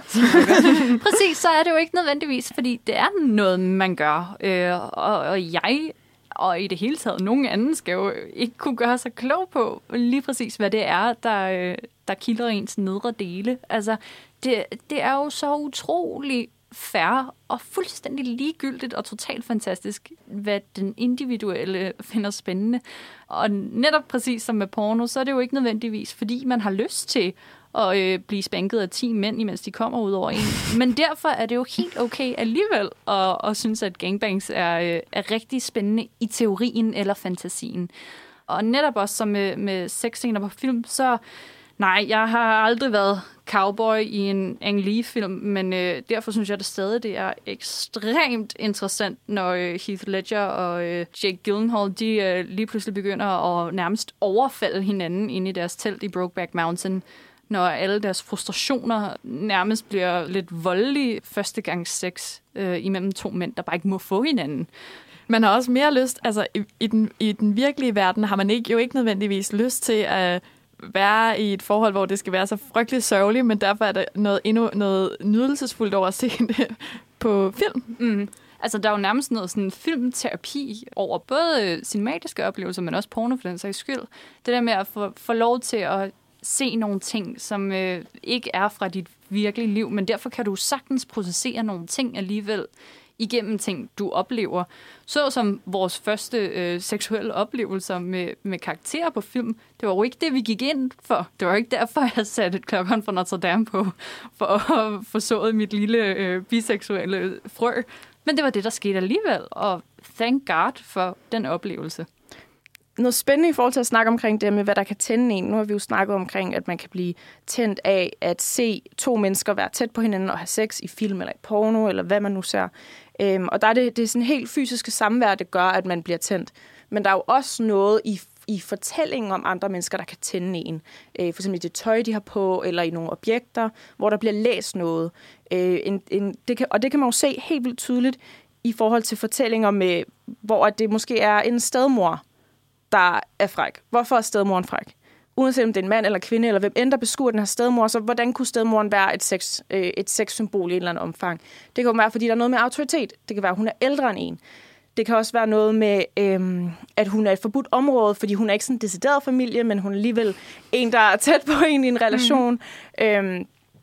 Præcis, så er det jo ikke nødvendigvis, fordi det er noget, man gør. Øh, og, og jeg, og i det hele taget, nogen anden skal jo ikke kunne gøre sig klog på lige præcis, hvad det er, der, øh, der kilder ens nedre dele. Altså, det, det er jo så utrolig fair og fuldstændig ligegyldigt og totalt fantastisk, hvad den individuelle finder spændende. Og netop præcis som med porno, så er det jo ikke nødvendigvis, fordi man har lyst til at øh, blive spænket af ti mænd, imens de kommer ud over en. Men derfor er det jo helt okay alligevel at, at synes, at gangbangs er, øh, er rigtig spændende i teorien eller fantasien. Og netop også som med, med sexscener på film, så nej, jeg har aldrig været cowboy i en Ang Lee-film, men øh, derfor synes jeg det stadig, det er ekstremt interessant, når øh, Heath Ledger og øh, Jake Gyllenhaal, de øh, lige pludselig begynder at nærmest overfalde hinanden inde i deres telt i Brokeback Mountain, når alle deres frustrationer nærmest bliver lidt voldelige førstegangssex øh, imellem to mænd, der bare ikke må få hinanden. Man har også mere lyst, altså i, i, den, i den virkelige verden har man ikke, jo ikke nødvendigvis lyst til at være i et forhold, hvor det skal være så frygteligt sørgeligt, men derfor er der noget, endnu noget nydelsesfuldt over at se det på film. Mm. Altså, der er jo nærmest noget sådan filmterapi over både cinematiske oplevelser, men også porno for den sags skyld. Det der med at få, få lov til at se nogle ting, som øh, ikke er fra dit virkelige liv, men derfor kan du sagtens processere nogle ting alligevel igennem ting, du oplever. Så som vores første øh, seksuelle oplevelser med, med karakterer på film, det var jo ikke det, vi gik ind for. Det var ikke derfor, jeg satte et klokkeren fra Notre Dame på, for at få sået mit lille øh, biseksuelle frø. Men det var det, der skete alligevel, og thank God for den oplevelse. Noget spændende i forhold til at snakke omkring det med, hvad der kan tænde en. Nu har vi jo snakket omkring, at man kan blive tændt af at se to mennesker være tæt på hinanden og have sex i film eller i porno, eller hvad man nu ser. Øhm, og der er det, det er sådan helt fysiske samvær, det gør, at man bliver tændt. Men der er jo også noget i, i fortællingen om andre mennesker, der kan tænde en. Øh, for eksempel i det tøj, de har på, eller i nogle objekter, hvor der bliver læst noget. Øh, en, en, det kan, og det kan man jo se helt vildt tydeligt i forhold til fortællinger, med, hvor det måske er en stedmor, der er fræk. Hvorfor er stedmoren fræk? Uanset om det er en mand eller kvinde, eller hvem end der beskuer den her stedmor, så hvordan kunne stedmoren være et, sex, øh, et sexsymbol i et eller andet omfang? Det kan jo være, fordi der er noget med autoritet. Det kan være, at hun er ældre end en. Det kan også være noget med, øh, at hun er et forbudt område, fordi hun er ikke sådan en decideret familie, men hun er alligevel en, der er tæt på en i en relation. Mm. Øh,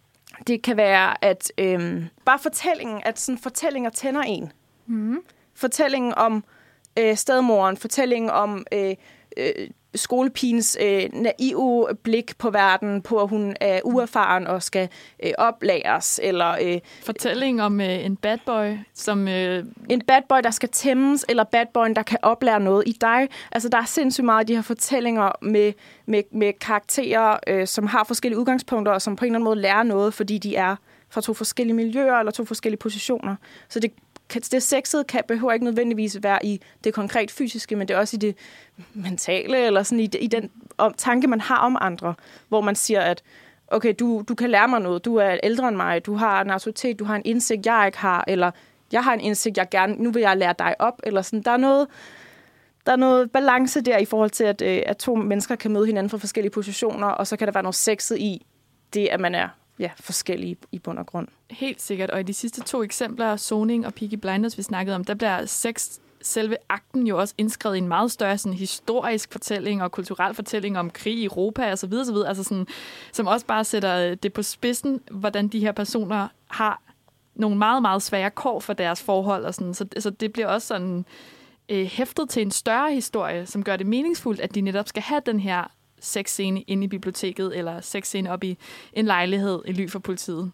det kan være, at øh, bare fortællingen, at sådan fortællinger tænder en. Mm. Fortællingen om øh, stedmoren, fortællingen om øh, øh, skolepigens øh, naive blik på verden, på at hun er uerfaren og skal øh, oplæres. Eller, øh, fortælling om øh, en bad boy, som... Øh... En bad boy, der skal tæmmes, eller bad boyen, der kan oplære noget i dig. Altså, der er sindssygt meget af de her fortællinger med, med, med karakterer, øh, som har forskellige udgangspunkter, og som på en eller anden måde lærer noget, fordi de er fra to forskellige miljøer, eller to forskellige positioner. Så det det sexede kan, behøver ikke nødvendigvis være i det konkret fysiske, men det er også i det mentale, eller sådan i, det, i den om, tanke, man har om andre, hvor man siger, at okay, du, du kan lære mig noget, du er ældre end mig, du har en autoritet, du har en indsigt, jeg ikke har, eller jeg har en indsigt, jeg gerne, nu vil jeg lære dig op, eller sådan. Der er noget, der er noget balance der i forhold til, at, at to mennesker kan møde hinanden fra forskellige positioner, og så kan der være noget sexet i det, at man er ja, forskellige i bund og grund. Helt sikkert. Og i de sidste to eksempler, Zoning og Peaky Blinders, vi snakkede om, der bliver sex, selve akten jo også indskrevet i en meget større sådan, historisk fortælling og kulturel fortælling om krig i Europa og så videre, så videre. Altså sådan, som også bare sætter det på spidsen, hvordan de her personer har nogle meget, meget svære kår for deres forhold. Og sådan. Så, så det bliver også sådan øh, hæftet til en større historie, som gør det meningsfuldt, at de netop skal have den her sexscene inde i biblioteket, eller sexscene op i en lejlighed i ly for politiet.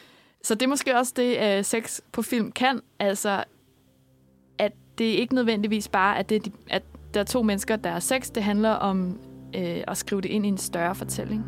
Så det er måske også det, uh, sex på film kan, altså at det ikke nødvendigvis bare, at, det, at der er to mennesker, der er sex. Det handler om uh, at skrive det ind i en større fortælling.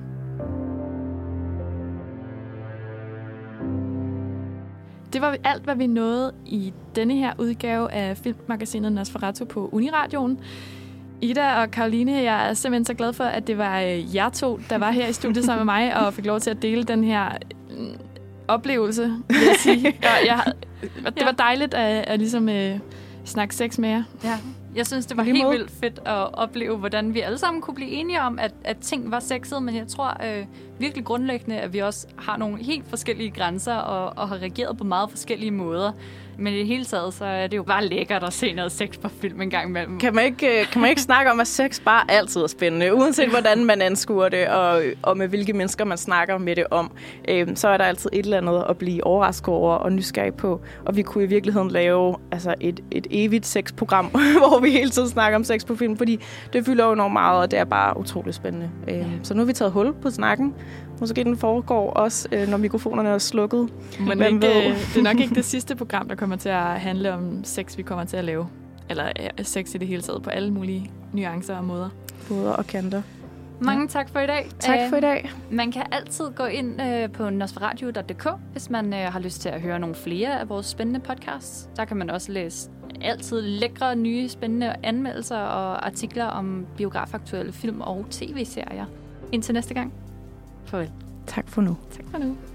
det var alt, hvad vi nåede i denne her udgave af filmmagasinet Nosferatu på Uniradioen. Ida og Karoline, jeg er simpelthen så glad for, at det var jer to, der var her i studiet sammen med mig, og fik lov til at dele den her oplevelse, vil jeg sige. Jeg, jeg, det var dejligt at, at ligesom uh, snakke sex med jer. Ja. Jeg synes, det var helt måde. vildt fedt at opleve, hvordan vi alle sammen kunne blive enige om, at, at ting var sexet, men jeg tror øh, virkelig grundlæggende, at vi også har nogle helt forskellige grænser og, og har reageret på meget forskellige måder. Men i det hele taget, så er det jo bare lækkert at se noget sex på film en gang imellem. Kan man ikke, kan man ikke snakke om, at sex bare altid er spændende, uanset hvordan man anskuer det, og, og med hvilke mennesker man snakker med det om. Øhm, så er der altid et eller andet at blive overrasket over og nysgerrig på. Og vi kunne i virkeligheden lave altså et, et evigt sexprogram, hvor vi hele tiden snakker om sex på film, fordi det fylder jo enormt meget, og det er bare utroligt spændende. Øhm, så nu har vi taget hul på snakken. Måske den foregår også, øh, når mikrofonerne er slukket. Men ikke, det er nok ikke det sidste program, der kommer til at handle om sex, vi kommer til at lave. Eller ja, sex i det hele taget, på alle mulige nuancer og måder. Måder og kanter. Mange tak for i dag. Tak for i dag. Uh, man kan altid gå ind uh, på nosferadio punktum d k, hvis man uh, har lyst til at høre nogle flere af vores spændende podcasts. Der kan man også læse altid lækre, nye, spændende anmeldelser og artikler om biografaktuelle film og tv-serier. Indtil næste gang. Farvel. Tak for nu. Tak for nu.